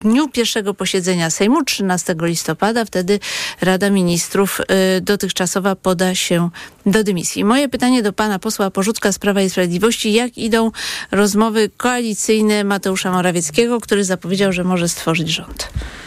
dniu pierwszego posiedzenia Sejmu, 13 listopada. Wtedy Rada Ministrów dotychczasowa poda się do dymisji. Moje pytanie do pana posła Porzucka z Prawa i Sprawiedliwości. Jak idą rozmowy koalicyjne Mateusza Morawieckiego, który zapowiedział, że może stworzyć rząd?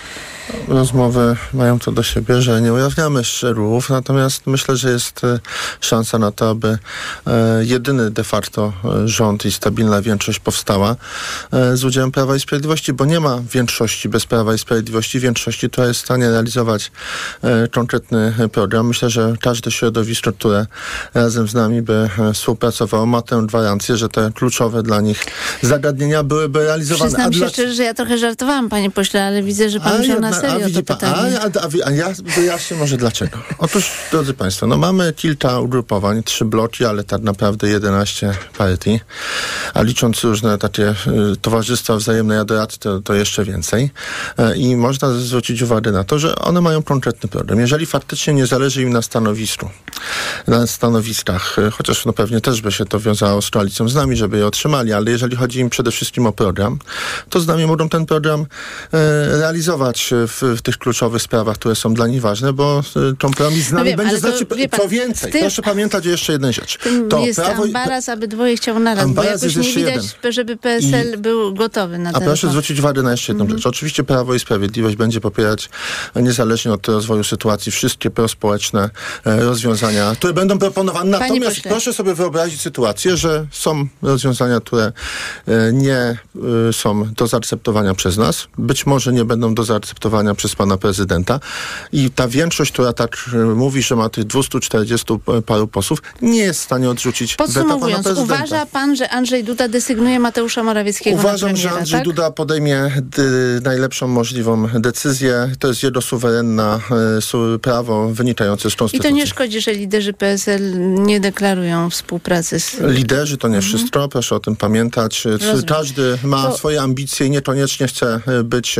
Rozmowy mają to do siebie, że nie ujawniamy szczegółów, natomiast myślę, że jest szansa na to, aby jedyny de facto rząd i stabilna większość powstała z udziałem Prawa i Sprawiedliwości, bo nie ma większości bez Prawa i Sprawiedliwości, większości, która jest w stanie realizować konkretny program. Myślę, że każde środowisko, które razem z nami by współpracowało, ma tę gwarancję, że te kluczowe dla nich zagadnienia byłyby realizowane. Przyznam się szczerze, że ja trochę żartowałam, panie pośle, ale widzę, że pan wziął na serio to pytanie. A ja wyjaśnię może dlaczego. Otóż, drodzy państwo, mamy kilka ugrupowań, 3 bloki, ale tak naprawdę 11 partii, a licząc różne takie towarzystwa wzajemnej adoracji, to jeszcze więcej. I można zwrócić uwagę na to, że one mają konkretny problem. Jeżeli faktycznie nie zależy im na stanowisku, na stanowiskach, chociaż pewnie też by się to wiązało z koalicją z nami, żeby je otrzymali, ale jeżeli chodzi im przede wszystkim o program, to z nami mogą ten program realizować w tych kluczowych sprawach, które są dla nich ważne, bo kompromis z nami będzie znaczył... Co więcej, proszę pamiętać jeszcze jedną rzecz. To jest ambaras, aby dwoje chciało naraz, bo jakoś nie widać, żeby PSL był gotowy na to. A proszę zwrócić uwagę na jeszcze jedną rzecz. Oczywiście Prawo i Sprawiedliwość będzie popierać, niezależnie od rozwoju sytuacji, wszystkie prospołeczne rozwiązania, które będą proponowane. Natomiast proszę sobie wyobrazić sytuację, że są rozwiązania, które nie są do zaakceptowania przez nas. Być może nie będą do zaakceptowania przez pana prezydenta. I ta większość, która tak mówi, że ma tych 240 paru posłów, nie jest w stanie odrzucić weta pana prezydenta. Uważa pan, że Andrzej Duda desygnuje Mateusza Morawieckiego na premiera, że Andrzej Duda podejmie najlepszą możliwą decyzję. To jest jego suwerenne prawo wynikające z konstytucji. I to nie szkodzi, że liderzy PSL nie deklarują współpracy z... Liderzy to nie wszystko, proszę o tym pamiętać. Każdy ma swoje ambicje i niekoniecznie chce być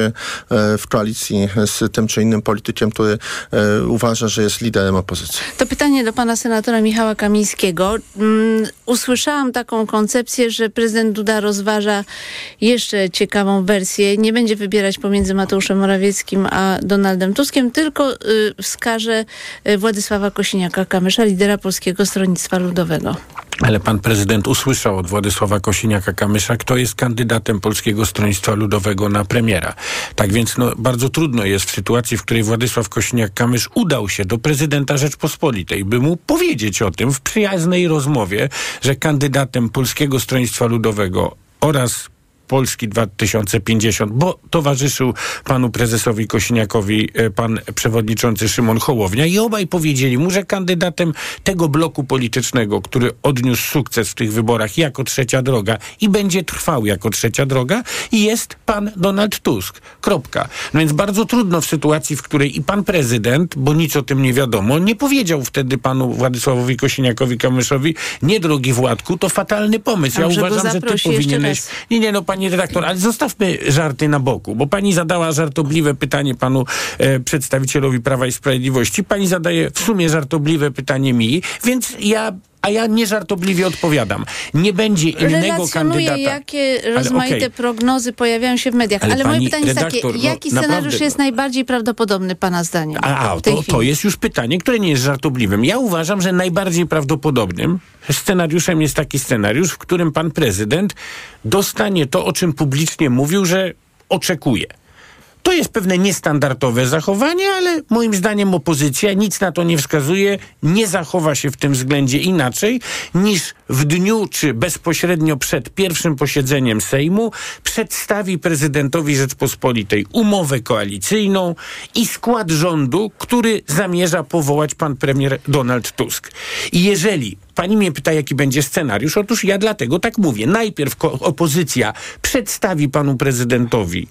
w koalicji z tym czy innym politykiem, który uważa, że jest liderem opozycji. To pytanie do pana senatora Michała Kamińskiego. Usłyszałam taką koncepcję, że prezydent Duda rozważa jeszcze ciekawą wersję. Nie będzie wybierać pomiędzy Mateuszem Morawieckim a Donaldem Tuskiem, tylko wskaże Władysława Kosiniaka-Kamysza, lidera Polskiego Stronnictwa Ludowego. Ale pan prezydent usłyszał od Władysława Kosiniaka-Kamysza, kto jest kandydatem Polskiego Stronnictwa Ludowego na premiera. Tak więc bardzo trudno jest w sytuacji, w której Władysław Kosiniak-Kamysz udał się do prezydenta Rzeczpospolitej, by mu powiedzieć o tym w przyjaznej rozmowie, że kandydatem Polskiego Stronnictwa Ludowego oraz Polski 2050, bo towarzyszył panu prezesowi Kosiniakowi pan przewodniczący Szymon Hołownia i obaj powiedzieli mu, że kandydatem tego bloku politycznego, który odniósł sukces w tych wyborach jako trzecia droga i będzie trwał jako trzecia droga, jest pan Donald Tusk. Kropka. No więc bardzo trudno w sytuacji, w której i pan prezydent, bo nic o tym nie wiadomo, nie powiedział wtedy panu Władysławowi Kosiniakowi-Kamyszowi, nie drogi Władku, to fatalny pomysł. Ja uważam, że ty powinieneś... Pani redaktor, ale zostawmy żarty na boku, bo pani zadała żartobliwe pytanie panu przedstawicielowi Prawa i Sprawiedliwości. Pani zadaje w sumie żartobliwe pytanie mi, więc ja nieżartobliwie odpowiadam. Nie będzie innego kandydata. Jakie rozmaite prognozy pojawiają się w mediach. Ale moje pytanie jest takie, jaki scenariusz jest najbardziej prawdopodobny pana zdaniem? To jest już pytanie, które nie jest żartobliwym. Ja uważam, że najbardziej prawdopodobnym scenariuszem jest taki scenariusz, w którym pan prezydent dostanie to, o czym publicznie mówił, że oczekuje. To jest pewne niestandardowe zachowanie, ale moim zdaniem opozycja, nic na to nie wskazuje, nie zachowa się w tym względzie inaczej niż w dniu czy bezpośrednio przed pierwszym posiedzeniem Sejmu przedstawi prezydentowi Rzeczpospolitej umowę koalicyjną i skład rządu, który zamierza powołać pan premier Donald Tusk. I jeżeli pani mnie pyta, jaki będzie scenariusz, otóż ja dlatego tak mówię. Najpierw opozycja przedstawi panu prezydentowi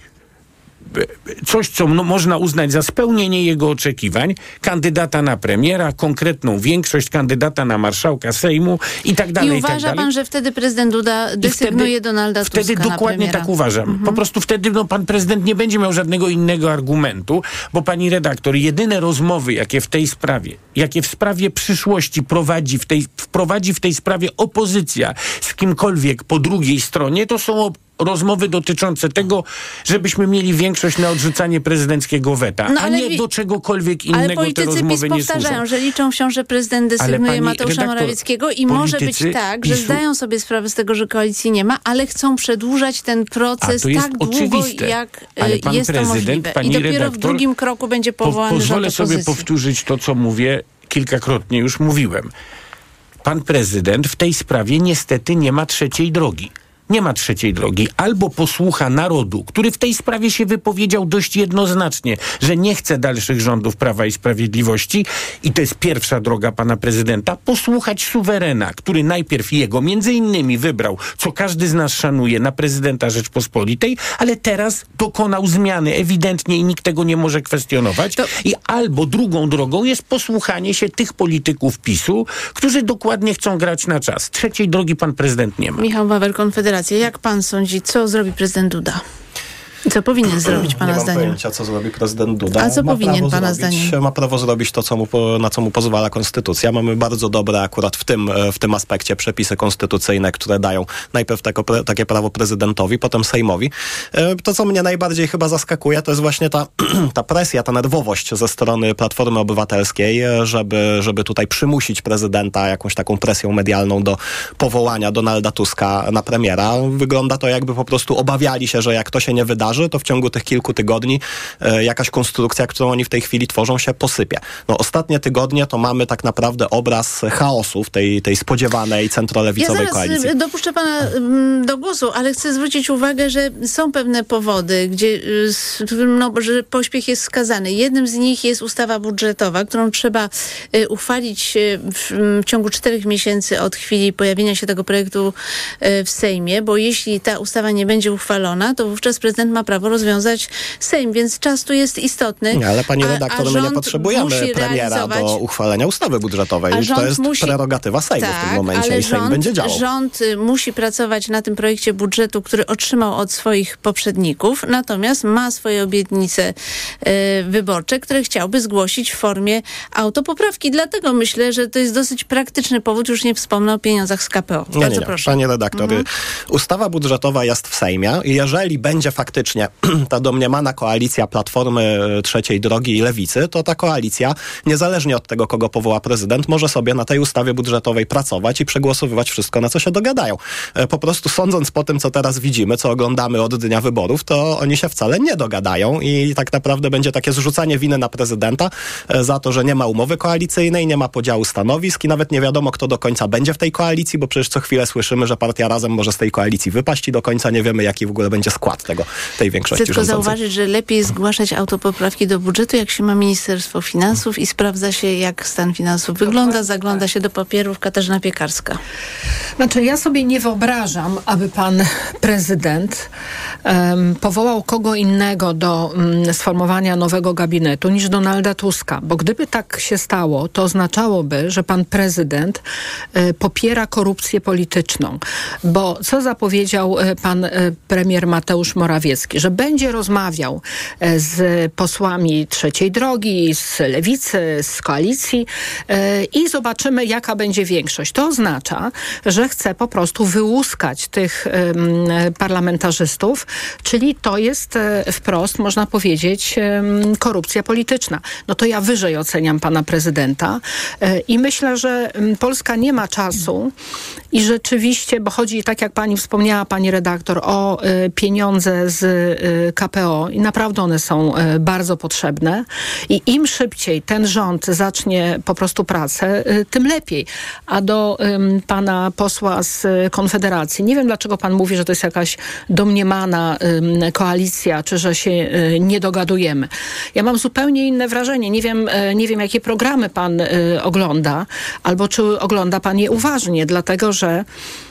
coś, co można uznać za spełnienie jego oczekiwań, kandydata na premiera, konkretną większość, kandydata na marszałka Sejmu i tak dalej. I uważa pan, że wtedy prezydent Duda desygnuje Donalda Tuska na premiera? Wtedy dokładnie tak uważam. Po prostu wtedy pan prezydent nie będzie miał żadnego innego argumentu, bo pani redaktor, jedyne rozmowy, jakie w sprawie przyszłości wprowadzi w tej sprawie opozycja z kimkolwiek po drugiej stronie, to są rozmowy dotyczące tego, żebyśmy mieli większość na odrzucanie prezydenckiego weta, a nie do czegokolwiek innego te rozmowy nie służą. Powtarzają, że liczą się, że prezydent desygnuje Mateusza Morawieckiego i może być tak, że zdają sobie sprawę z tego, że koalicji nie ma, ale chcą przedłużać ten proces tak długo, jak jest to możliwe. I dopiero w drugim kroku będzie powołany rząd opozycji. Pozwolę sobie powtórzyć to, co mówię, kilkakrotnie już mówiłem. Pan prezydent w tej sprawie niestety nie ma trzeciej drogi. Nie ma trzeciej drogi. Albo posłucha narodu, który w tej sprawie się wypowiedział dość jednoznacznie, że nie chce dalszych rządów Prawa i Sprawiedliwości i to jest pierwsza droga pana prezydenta, posłuchać suwerena, który najpierw jego między innymi wybrał, co każdy z nas szanuje, na prezydenta Rzeczpospolitej, ale teraz dokonał zmiany ewidentnie i nikt tego nie może kwestionować. I albo drugą drogą jest posłuchanie się tych polityków PiS-u, którzy dokładnie chcą grać na czas. Trzeciej drogi pan prezydent nie ma. Michał Wawer, Konfederacja. Jak pan sądzi, co zrobi prezydent Duda? Co powinien zrobić pana zdaniem? Nie mam pojęcia, co zrobi prezydent Duda. A co powinien pana zdaniem? Ma prawo zrobić to, na co mu pozwala konstytucja. Mamy bardzo dobre akurat w tym aspekcie przepisy konstytucyjne, które dają najpierw takie prawo prezydentowi, potem Sejmowi. To, co mnie najbardziej chyba zaskakuje, to jest właśnie ta presja, ta nerwowość ze strony Platformy Obywatelskiej, żeby tutaj przymusić prezydenta jakąś taką presją medialną do powołania Donalda Tuska na premiera. Wygląda to, jakby po prostu obawiali się, że jak to się nie wydarzy, to w ciągu tych kilku tygodni jakaś konstrukcja, którą oni w tej chwili tworzą, się posypie. Ostatnie tygodnie to mamy tak naprawdę obraz chaosu w tej spodziewanej centrolewicowej koalicji. Ja dopuszczę pana do głosu, ale chcę zwrócić uwagę, że są pewne powody, że pośpiech jest skazany. Jednym z nich jest ustawa budżetowa, którą trzeba uchwalić w ciągu 4 miesięcy od chwili pojawienia się tego projektu w Sejmie, bo jeśli ta ustawa nie będzie uchwalona, to wówczas prezydent ma prawo rozwiązać Sejm, więc czas tu jest istotny. Nie, ale pani redaktor, my nie potrzebujemy premiera do uchwalenia ustawy budżetowej. To jest prerogatywa Sejmu w tym momencie i Sejm będzie działał. Rząd musi pracować na tym projekcie budżetu, który otrzymał od swoich poprzedników, natomiast ma swoje obietnice wyborcze, które chciałby zgłosić w formie autopoprawki. Dlatego myślę, że to jest dosyć praktyczny powód, już nie wspomnę o pieniądzach z KPO. Bardzo proszę. Pani redaktor, ustawa budżetowa jest w Sejmie i jeżeli będzie faktycznie ta domniemana koalicja Platformy Trzeciej Drogi i Lewicy, to ta koalicja, niezależnie od tego, kogo powoła prezydent, może sobie na tej ustawie budżetowej pracować i przegłosowywać wszystko, na co się dogadają. Po prostu sądząc po tym, co teraz widzimy, co oglądamy od dnia wyborów, to oni się wcale nie dogadają i tak naprawdę będzie takie zrzucanie winy na prezydenta za to, że nie ma umowy koalicyjnej, nie ma podziału stanowisk i nawet nie wiadomo, kto do końca będzie w tej koalicji, bo przecież co chwilę słyszymy, że partia Razem może z tej koalicji wypaść i do końca nie wiemy, jaki w ogóle będzie skład tej większości Chcę tylko zauważyć, że lepiej zgłaszać autopoprawki do budżetu, jak się ma Ministerstwo Finansów i sprawdza się, jak stan finansów wygląda, zagląda się do papierów. Katarzyna Piekarska. Znaczy, ja sobie nie wyobrażam, aby pan prezydent powołał kogo innego do sformowania nowego gabinetu niż Donalda Tuska, bo gdyby tak się stało, to oznaczałoby, że pan prezydent popiera korupcję polityczną, bo co zapowiedział pan premier Mateusz Morawiecki, że będzie rozmawiał z posłami Trzeciej Drogi, z Lewicy, z koalicji i zobaczymy, jaka będzie większość. To oznacza, że chce po prostu wyłuskać tych parlamentarzystów, czyli to jest wprost, można powiedzieć, korupcja polityczna. No to ja wyżej oceniam pana prezydenta i myślę, że Polska nie ma czasu i rzeczywiście, bo chodzi, tak jak pani wspomniała, pani redaktor, o pieniądze z KPO i naprawdę one są bardzo potrzebne i im szybciej ten rząd zacznie po prostu pracę, tym lepiej. A do pana posła z Konfederacji, nie wiem, dlaczego pan mówi, że to jest jakaś domniemana koalicja, czy że się nie dogadujemy. Ja mam zupełnie inne wrażenie. Nie wiem, jakie programy pan ogląda, albo czy ogląda pan je uważnie, dlatego że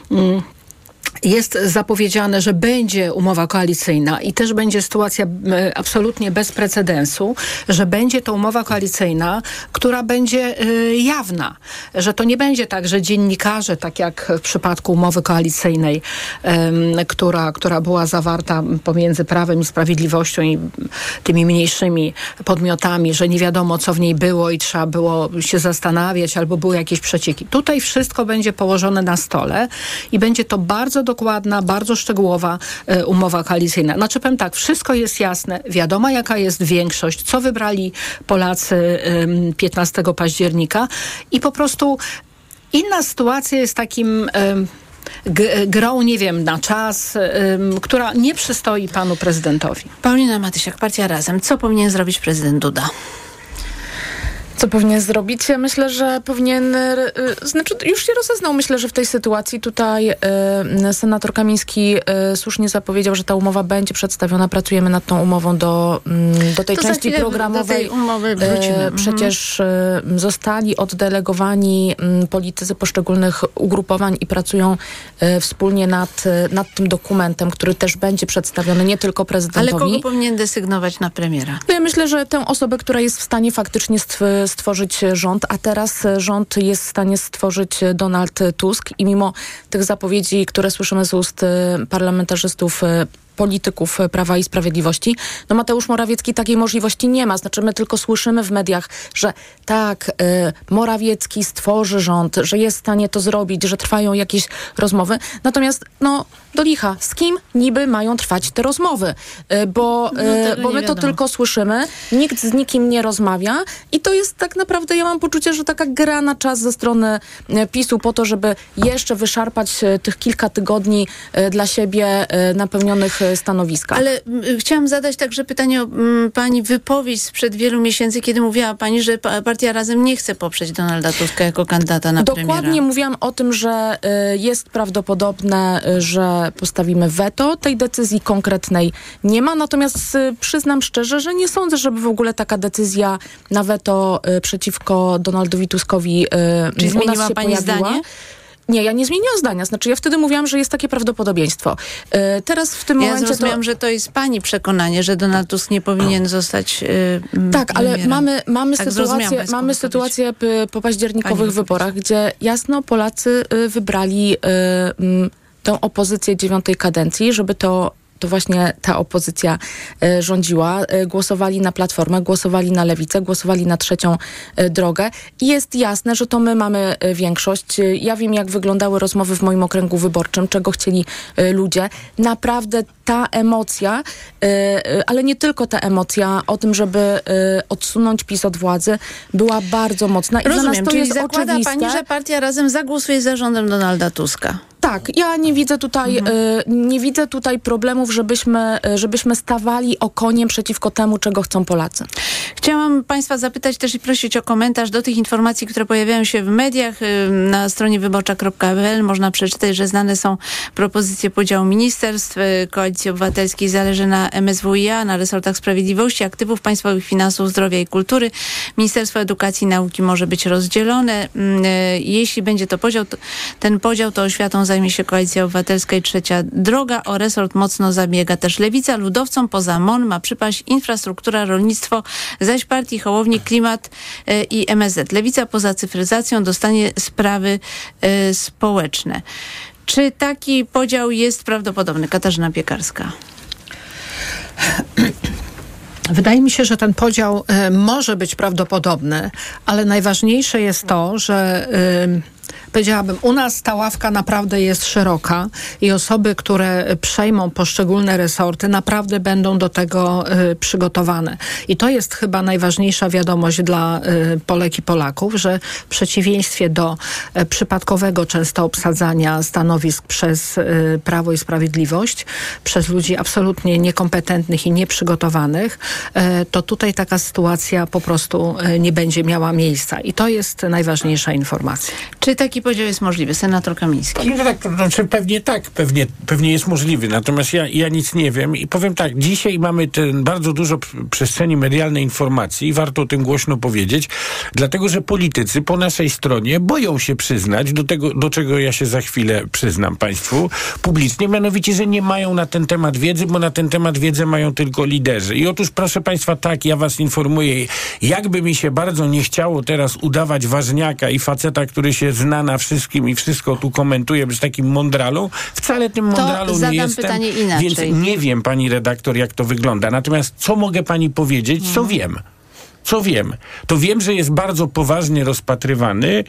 jest zapowiedziane, że będzie umowa koalicyjna i też będzie sytuacja absolutnie bez precedensu, że będzie to umowa koalicyjna, która będzie jawna. Że to nie będzie tak, że dziennikarze, tak jak w przypadku umowy koalicyjnej, która była zawarta pomiędzy Prawem i Sprawiedliwością i tymi mniejszymi podmiotami, że nie wiadomo, co w niej było i trzeba było się zastanawiać, albo były jakieś przecieki. Tutaj wszystko będzie położone na stole i będzie to bardzo dokładna, bardzo szczegółowa umowa koalicyjna. Znaczy powiem tak, wszystko jest jasne, wiadomo jaka jest większość, co wybrali Polacy 15 października i po prostu inna sytuacja jest takim grą, nie wiem, na czas, która nie przystoi panu prezydentowi. Paulina Matysiak, Partia Razem. Co powinien zrobić prezydent Duda? Co powinien zrobić? Ja myślę, że powinien, już się rozeznał. Myślę, że w tej sytuacji tutaj senator Kamiński słusznie zapowiedział, że ta umowa będzie przedstawiona. Pracujemy nad tą umową do tej to części programowej. Do tej umowy wrócimy. Przecież zostali oddelegowani politycy poszczególnych ugrupowań i pracują wspólnie nad tym dokumentem, który też będzie przedstawiony nie tylko prezydentowi. Ale kogo powinien desygnować na premiera? Ja myślę, że tę osobę, która jest w stanie faktycznie stworzyć rząd, a teraz rząd jest w stanie stworzyć Donald Tusk i mimo tych zapowiedzi, które słyszymy z ust parlamentarzystów, polityków Prawa i Sprawiedliwości, no Mateusz Morawiecki takiej możliwości nie ma. Znaczy my tylko słyszymy w mediach, że tak, Morawiecki stworzy rząd, że jest w stanie to zrobić, że trwają jakieś rozmowy. Natomiast do licha, z kim niby mają trwać te rozmowy? Bo my to tylko słyszymy, nikt z nikim nie rozmawia i to jest tak naprawdę, ja mam poczucie, że taka gra na czas ze strony PiS-u po to, żeby jeszcze wyszarpać tych kilka tygodni dla siebie napełnionych stanowiska. Ale chciałam zadać także pytanie o pani wypowiedź sprzed wielu miesięcy, kiedy mówiła pani, że Partia Razem nie chce poprzeć Donalda Tuska jako kandydata na premiera. Dokładnie mówiłam o tym, że jest prawdopodobne, że postawimy weto. Tej decyzji konkretnej nie ma, natomiast przyznam szczerze, że nie sądzę, żeby w ogóle taka decyzja na weto przeciwko Donaldowi Tuskowi Czy u nas zmieniła się pani pojawiła. zdanie? Nie, ja nie zmieniłam zdania. Znaczy ja wtedy mówiłam, że jest takie prawdopodobieństwo. Teraz w tym momencie zrozumiałam, że to jest pani przekonanie, że Donald Tusk nie powinien zostać tak, ale mamy tak sytuację po październikowych wyborach, gdzie jasno Polacy wybrali tę opozycję 9. kadencji, żeby to właśnie ta opozycja rządziła. Głosowali na Platformę, głosowali na Lewicę, głosowali na Trzecią Drogę i jest jasne, że to my mamy większość. Ja wiem, jak wyglądały rozmowy w moim okręgu wyborczym, czego chcieli ludzie. Naprawdę ta emocja, ale nie tylko ta emocja o tym, żeby odsunąć PiS od władzy, była bardzo mocna. I rozumiem, dla nas to czyli jest zakłada oczywiste. pani, że Partia Razem zagłosuje za rządem Donalda Tuska. Tak, ja nie widzę tutaj problemów, żebyśmy stawali okoniem przeciwko temu, czego chcą Polacy. Chciałam państwa zapytać też i prosić o komentarz do tych informacji, które pojawiają się w mediach. Na stronie wyborcza.pl można przeczytać, że znane są propozycje podziału ministerstw. Koalicji Obywatelskiej zależy na MSWiA, na resortach sprawiedliwości, aktywów państwowych, finansów, zdrowia i kultury. Ministerstwo Edukacji i Nauki może być rozdzielone. Jeśli będzie to ten podział, to oświatą zajmie się Koalicja Obywatelska i Trzecia Droga. O resort mocno zabiega też Lewica. Ludowcom poza MON ma przypaść infrastruktura, rolnictwo, zaś partii Hołowni klimat i MSZ. Lewica poza cyfryzacją dostanie sprawy społeczne. Czy taki podział jest prawdopodobny? Katarzyna Piekarska. Wydaje mi się, że ten podział może być prawdopodobny, ale najważniejsze jest to, że powiedziałabym, u nas ta ławka naprawdę jest szeroka i osoby, które przejmą poszczególne resorty, naprawdę będą do tego przygotowane. I to jest chyba najważniejsza wiadomość dla Polek i Polaków, że w przeciwieństwie do przypadkowego często obsadzania stanowisk przez Prawo i Sprawiedliwość, przez ludzi absolutnie niekompetentnych i nieprzygotowanych, to tutaj taka sytuacja po prostu nie będzie miała miejsca. I to jest najważniejsza informacja. Czy taki podział jest możliwy? Senator Kamiński. No tak, to znaczy pewnie jest możliwy. Natomiast ja nic nie wiem i powiem tak, dzisiaj mamy bardzo dużo przestrzeni medialnej informacji i warto o tym głośno powiedzieć, dlatego, że politycy po naszej stronie boją się przyznać do czego ja się za chwilę przyznam państwu publicznie, mianowicie, że nie mają na ten temat wiedzy, bo na ten temat wiedzę mają tylko liderzy. I otóż, proszę państwa, tak, ja was informuję, jakby mi się bardzo nie chciało teraz udawać ważniaka i faceta, który się zna na wszystkim i wszystko tu komentuje, być takim mądralą. Wcale tym mądralą nie jestem. Pytanie inaczej. Więc nie wiem, pani redaktor, jak to wygląda. Natomiast co mogę pani powiedzieć, co wiem? co wiem, to wiem, że jest bardzo poważnie rozpatrywany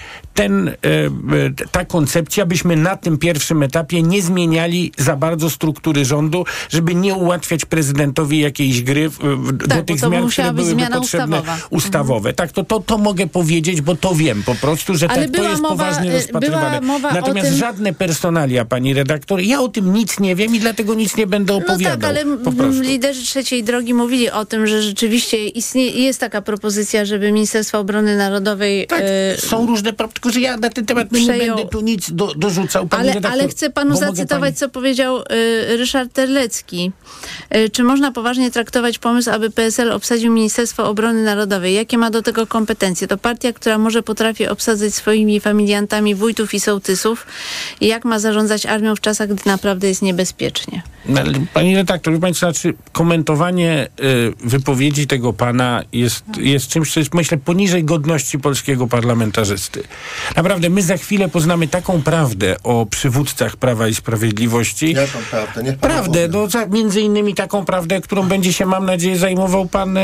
ta koncepcja, byśmy na tym pierwszym etapie nie zmieniali za bardzo struktury rządu, żeby nie ułatwiać prezydentowi jakiejś gry do tych zmian, które byłyby potrzebne ustawowe. Tak, to mogę powiedzieć, bo to wiem po prostu, że to jest poważnie rozpatrywane. Natomiast żadne personalia, pani redaktor, ja o tym nic nie wiem i dlatego nic nie będę opowiadał. No tak, ale liderzy trzeciej drogi mówili o tym, że rzeczywiście jest taka propozycja, żeby Ministerstwo Obrony Narodowej... Tak, są różne, tylko że ja na ten temat nie będę tu nic dorzucał. Ale chcę panu zacytować, co powiedział Ryszard Terlecki. Czy można poważnie traktować pomysł, aby PSL obsadził Ministerstwo Obrony Narodowej? Jakie ma do tego kompetencje? To partia, która może potrafi obsadzać swoimi familiantami wójtów i sołtysów. I jak ma zarządzać armią w czasach, gdy naprawdę jest niebezpiecznie? Pani redaktor, wie pani, znaczy komentowanie wypowiedzi tego pana jest czymś, co jest, myślę, poniżej godności polskiego parlamentarzysty. Naprawdę, my za chwilę poznamy taką prawdę o przywódcach Prawa i Sprawiedliwości. Jaką prawdę? Niech pan prawdę, między innymi taką prawdę, którą będzie się, mam nadzieję, zajmował pan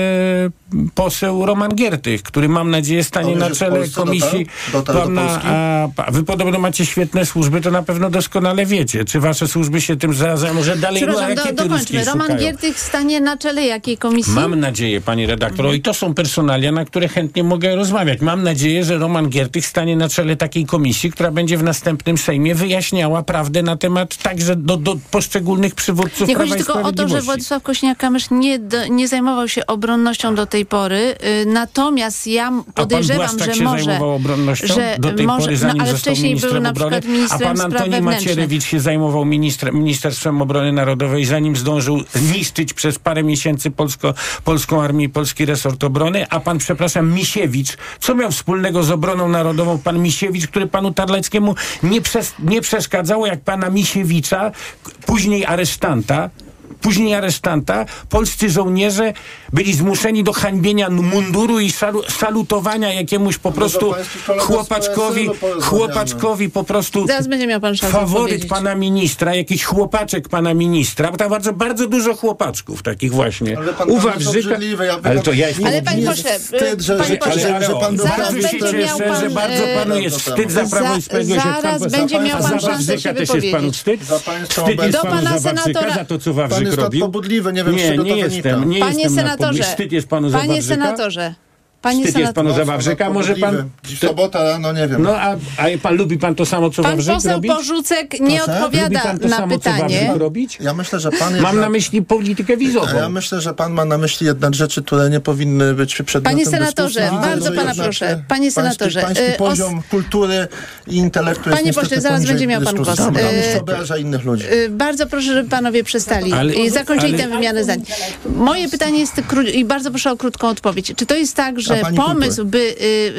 poseł Roman Giertych, który, mam nadzieję, stanie na czele komisji. Wy podobno macie świetne służby, to na pewno doskonale wiecie. Czy wasze służby się tym zajmują? Może dalej rakiety ruskie Roman Giertych stanie na czele jakiej komisji? Mam nadzieję, pani redaktor, i to są personalia, na które chętnie mogę rozmawiać. Mam nadzieję, że Roman Giertych stanie na czele takiej komisji, która będzie w następnym Sejmie wyjaśniała prawdę na temat także do poszczególnych przywódców Prawa i Sprawiedliwości. Nie chodzi tylko o to, że Władysław Kosiniak-Kamysz nie zajmował się obronnością do tej pory, natomiast ja podejrzewam, że może... się zajmował obronnością do tej pory, zanim ale został wcześniej ministrem był na obrony, przykład ministrem a pan Antoni Macierewicz się zajmował Ministerstwem Obrony Narodowej, zanim zdążył zniszczyć przez parę miesięcy polską armię i polski resort obrony, a pan, przepraszam, Misiewicz, co miał wspólnego z obroną narodową pan Misiewicz, który panu Terleckiemu nie przeszkadzało, jak pana Misiewicza, później aresztanta, polscy żołnierze byli zmuszeni do hańbienia munduru i salutowania jakiemuś po prostu chłopaczkowi po prostu. Zaraz będzie miał pan szansę faworyt pana ministra, jakiś chłopaczek pana ministra, bo tam bardzo, bardzo dużo chłopaczków takich właśnie. Ale to ja jestem... Ale panie pośle, bardzo się cieszę, że bardzo panu jest wstyd za Prawo i Sprawiedliwość. Zaraz będzie miał pan szansę się też jest panu wstyd? Wstyd jest panu za Wawrzyka, za to, co Wawrzyk robił? Pobudliwy, nie wiem, nie jestem. Panie senatorze, wstyd jest panu za Panie senatorze. Wstyd jest panu za Wawrzyka? Może pan... Sobota rano, nie wiem. No, a lubi pan to samo, co Wawrzyk robić? Pan poseł Porzucek nie odpowiada na pytanie. Ja myślę, że pan... Mam na myśli politykę wizową. Ja myślę, że pan ma na myśli jednak rzeczy, które nie powinny być przedmiotem Panie senatorze, bardzo pana proszę. Panie senatorze. Pański poziom kultury i intelektu jest niestety pośle, zaraz będzie miał pan głos. Pan już obraża innych ludzi. Bardzo proszę, żeby panowie przestali i zakończyli tę wymianę zdań. Moje pytanie jest i bardzo proszę o krótką odpowiedź. Czy to jest tak, że pomysł, by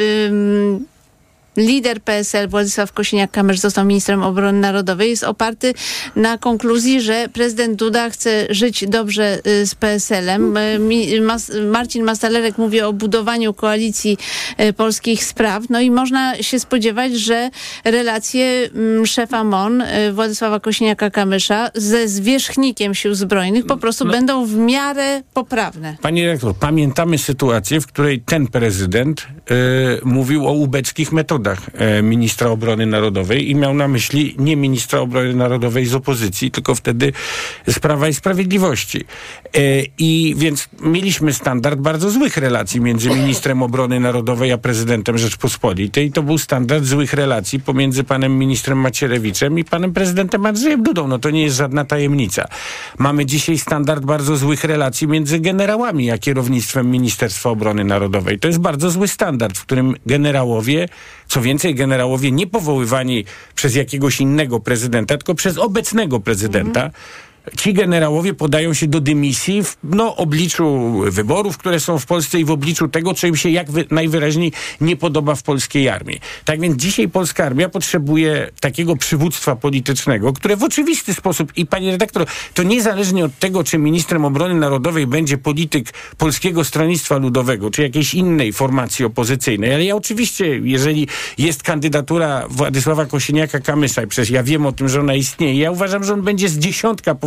lider PSL Władysław Kosiniak-Kamysz został ministrem obrony narodowej, jest oparty na konkluzji, że prezydent Duda chce żyć dobrze z PSL-em. Marcin Mastalerek mówi o budowaniu koalicji polskich spraw. No i można się spodziewać, że relacje szefa MON Władysława Kosiniaka-Kamysza ze zwierzchnikiem sił zbrojnych po prostu będą w miarę poprawne. Pani rektor, pamiętamy sytuację, w której ten prezydent mówił o ubeckich metodach ministra obrony narodowej i miał na myśli nie ministra obrony narodowej z opozycji, tylko wtedy z Prawa i Sprawiedliwości. I więc mieliśmy standard bardzo złych relacji między ministrem obrony narodowej a prezydentem Rzeczpospolitej. I to był standard złych relacji pomiędzy panem ministrem Macierewiczem i panem prezydentem Andrzejem Dudą. No to nie jest żadna tajemnica. Mamy dzisiaj standard bardzo złych relacji między generałami a kierownictwem Ministerstwa Obrony Narodowej. To jest bardzo zły standard, w którym generałowie, co więcej, generałowie nie powoływani przez jakiegoś innego prezydenta, tylko przez obecnego prezydenta, ci generałowie podają się do dymisji w obliczu wyborów, które są w Polsce i w obliczu tego, co im się najwyraźniej nie podoba w polskiej armii. Tak więc dzisiaj polska armia potrzebuje takiego przywództwa politycznego, które w oczywisty sposób, i pani redaktor, to niezależnie od tego, czy ministrem obrony narodowej będzie polityk Polskiego Stronnictwa Ludowego, czy jakiejś innej formacji opozycyjnej, ale ja oczywiście, jeżeli jest kandydatura Władysława Kosiniaka-Kamysza, ja wiem o tym, że ona istnieje, ja uważam, że on będzie z dziesiątka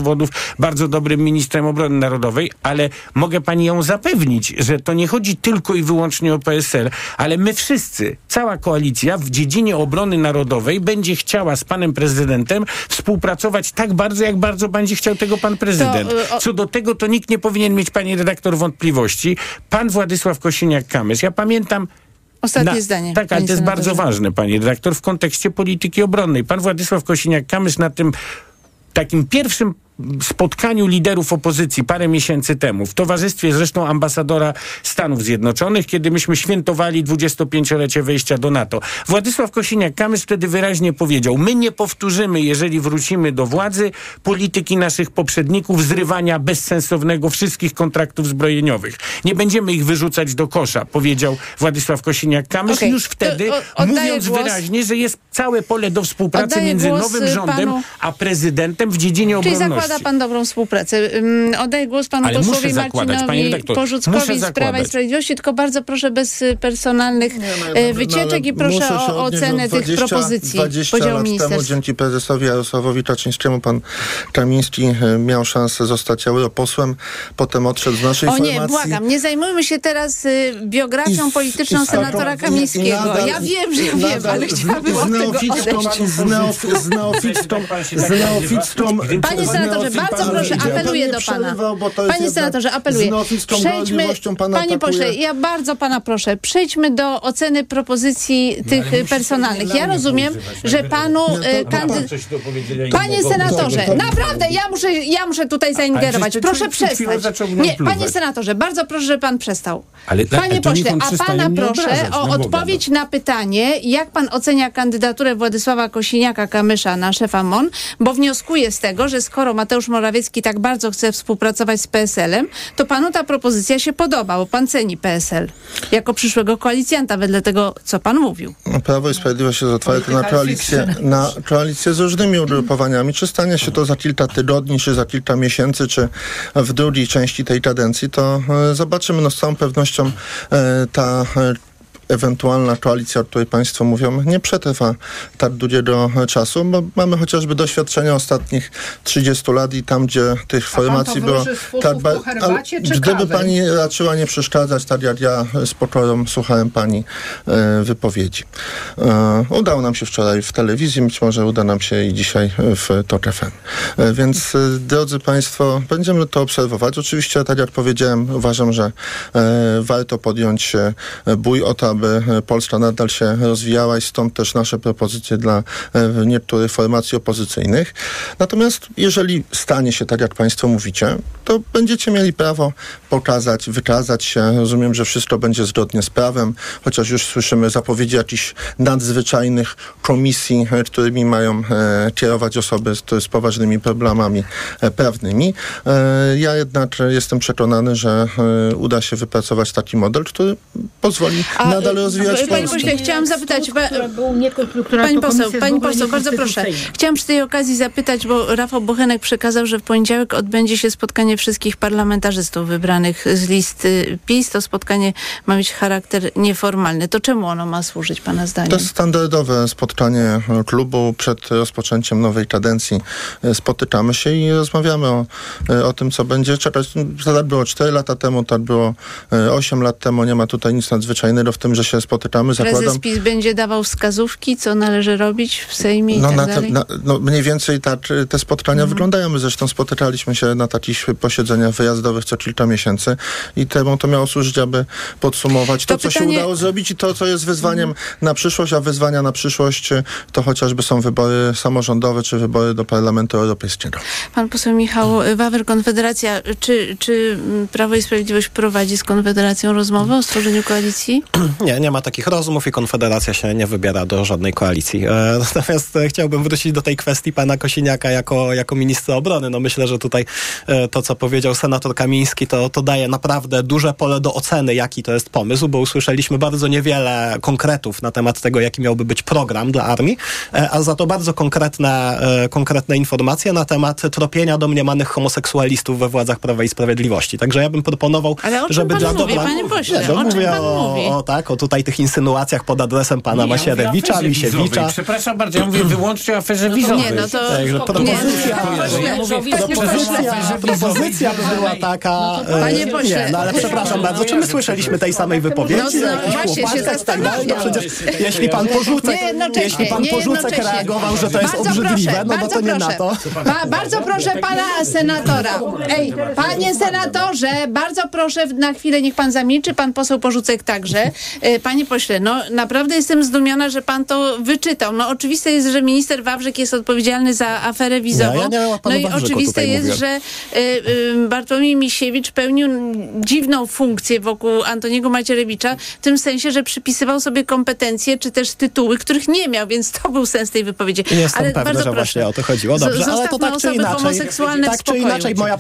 powodów bardzo dobrym ministrem obrony narodowej, ale mogę pani ją zapewnić, że to nie chodzi tylko i wyłącznie o PSL, ale my wszyscy, cała koalicja w dziedzinie obrony narodowej będzie chciała z panem prezydentem współpracować tak bardzo, jak bardzo będzie chciał tego pan prezydent. Co do tego, to nikt nie powinien mieć, pani redaktor, wątpliwości. Pan Władysław Kosiniak-Kamysz, ja pamiętam... Ostatnie zdanie. Tak, ale to jest bardzo ważne, pani redaktor, w kontekście polityki obronnej. Pan Władysław Kosiniak-Kamysz na tym takim pierwszym spotkaniu liderów opozycji parę miesięcy temu, w towarzystwie zresztą ambasadora Stanów Zjednoczonych, kiedy myśmy świętowali 25-lecie wejścia do NATO. Władysław Kosiniak-Kamysz wtedy wyraźnie powiedział: my nie powtórzymy, jeżeli wrócimy do władzy, polityki naszych poprzedników zrywania bezsensownego wszystkich kontraktów zbrojeniowych. Nie będziemy ich wyrzucać do kosza, powiedział Władysław Kosiniak-Kamysz, już wtedy mówiąc wyraźnie, że jest całe pole do współpracy między nowym rządem a prezydentem w dziedzinie obronności. Zakłada pan dobrą współpracę. Oddaję głos panu posłowi Marcinowi Porzuckowi z Prawa i Sprawiedliwości, tylko bardzo proszę bez personalnych wycieczek i proszę o ocenę tych propozycji podziału ministerstw. Temu dzięki prezesowi Jarosławowi Kaczyńskiemu pan Kamiński miał szansę zostać europosłem, potem odszedł z naszej formacji. O nie, błagam, nie zajmujmy się teraz biografią polityczną senatora Kamińskiego. Ja wiem, ale chciałabym od tego odejść. Panie senatorze, bardzo proszę, apeluję do pana. Panie senatorze, apeluję. Panie pośle, ja bardzo pana proszę, przejdźmy do oceny propozycji tych personalnych. Ja rozumiem, że panu Panie senatorze, naprawdę, ja muszę tutaj zaingerować. Proszę przestać. Nie, panie senatorze, bardzo proszę, żeby pan przestał. Panie pośle, a pana proszę o odpowiedź na pytanie, jak pan ocenia kandydaturę Władysława Kosiniaka-Kamysza na szefa MON, bo wnioskuję z tego, że skoro Mateusz Morawiecki tak bardzo chce współpracować z PSL-em, to panu ta propozycja się podoba, bo pan ceni PSL jako przyszłego koalicjanta, wedle tego, co pan mówił. Prawo i Sprawiedliwość jest otwarte na koalicję z różnymi ugrupowaniami. Czy stanie się to za kilka tygodni, czy za kilka miesięcy, czy w drugiej części tej kadencji, to zobaczymy. No z całą pewnością ta ewentualna koalicja, o której państwo mówią, nie przetrwa tak długiego czasu, bo mamy chociażby doświadczenia ostatnich 30 lat i tam, gdzie tych formacji było... Gdyby pani raczyła nie przeszkadzać, tak jak ja z pokorą słuchałem pani wypowiedzi. Udało nam się wczoraj w telewizji, być może uda nam się i dzisiaj w TOK FM. Więc, drodzy państwo, będziemy to obserwować. Oczywiście, tak jak powiedziałem, uważam, że warto podjąć bój o to, aby Polska nadal się rozwijała i stąd też nasze propozycje dla niektórych formacji opozycyjnych. Natomiast jeżeli stanie się tak, jak państwo mówicie, to będziecie mieli prawo pokazać, wykazać się. Rozumiem, że wszystko będzie zgodnie z prawem, chociaż już słyszymy zapowiedzi jakichś nadzwyczajnych komisji, którymi mają kierować osoby z poważnymi problemami prawnymi. Ja jednak jestem przekonany, że uda się wypracować taki model, który pozwoli nadal rozwijać Polskę. Panie pośle, chciałam zapytać... Pani poseł, bardzo proszę. Chciałam przy tej okazji zapytać, bo Rafał Bochenek przekazał, że w poniedziałek odbędzie się spotkanie wszystkich parlamentarzystów wybranych z listy PiS. To spotkanie ma mieć charakter nieformalny. To czemu ono ma służyć, pana zdaniem? To jest standardowe spotkanie klubu przed rozpoczęciem nowej kadencji. Spotykamy się i rozmawiamy o tym, co będzie czekać. Tak było 4 lata temu, tak było 8 lat temu. Nie ma tutaj nic nadzwyczajnego w tym, że się spotykamy. Prezes PiS będzie dawał wskazówki, co należy robić w Sejmie i tak dalej? Mniej więcej tak te spotkania wyglądają. My zresztą spotykaliśmy się na takich posiedzeniach wyjazdowych co kilka miesięcy i temu to miało służyć, aby podsumować to, co się udało zrobić i to, co jest wyzwaniem na przyszłość, a wyzwania na przyszłość to chociażby są wybory samorządowe, czy wybory do Parlamentu Europejskiego. Pan poseł Michał Wawer, Konfederacja. Czy Prawo i Sprawiedliwość prowadzi z Konfederacją rozmowę o stworzeniu koalicji? Nie ma takich rozmów i Konfederacja się nie wybiera do żadnej koalicji. Natomiast chciałbym wrócić do tej kwestii pana Kosiniaka jako ministra obrony. No myślę, że tutaj to, co powiedział senator Kamiński, to daje naprawdę duże pole do oceny, jaki to jest pomysł, bo usłyszeliśmy bardzo niewiele konkretów na temat tego, jaki miałby być program dla armii, a za to bardzo konkretne informacje na temat tropienia domniemanych homoseksualistów we władzach Prawa i Sprawiedliwości. Także ja bym proponował, żeby dla dobra... Panie pośle, mówię o o tutaj tych insynuacjach pod adresem pana Macierewicza, Misiewicza. Przepraszam bardzo, ja mówię wyłącznie o aferze wizowej. Nie, no to... Propozycja by była taka... Panie pośle. Ale przepraszam bardzo, czy my słyszeliśmy tej samej wypowiedzi? Właśnie się zastanawiam. Przecież jeśli pan Porzucek reagował, że to jest obrzydliwe, no to nie na to. Bardzo proszę pana senatora. Panie senatorze, bardzo proszę na chwilę, niech pan zamilczy, pan poseł Porzucek także. Panie pośle, no naprawdę jestem zdumiona, że pan to wyczytał. No oczywiste jest, że minister Wawrzyk jest odpowiedzialny za aferę wizową. No i oczywiste jest, że Bartłomiej Misiewicz pełnił dziwną funkcję wokół Antoniego Macierewicza, w tym sensie, że przypisywał sobie kompetencje, czy też tytuły, których nie miał, więc to był sens tej wypowiedzi. Jestem pewny, że właśnie o to chodziło. Dobrze, ale to tak czy inaczej moja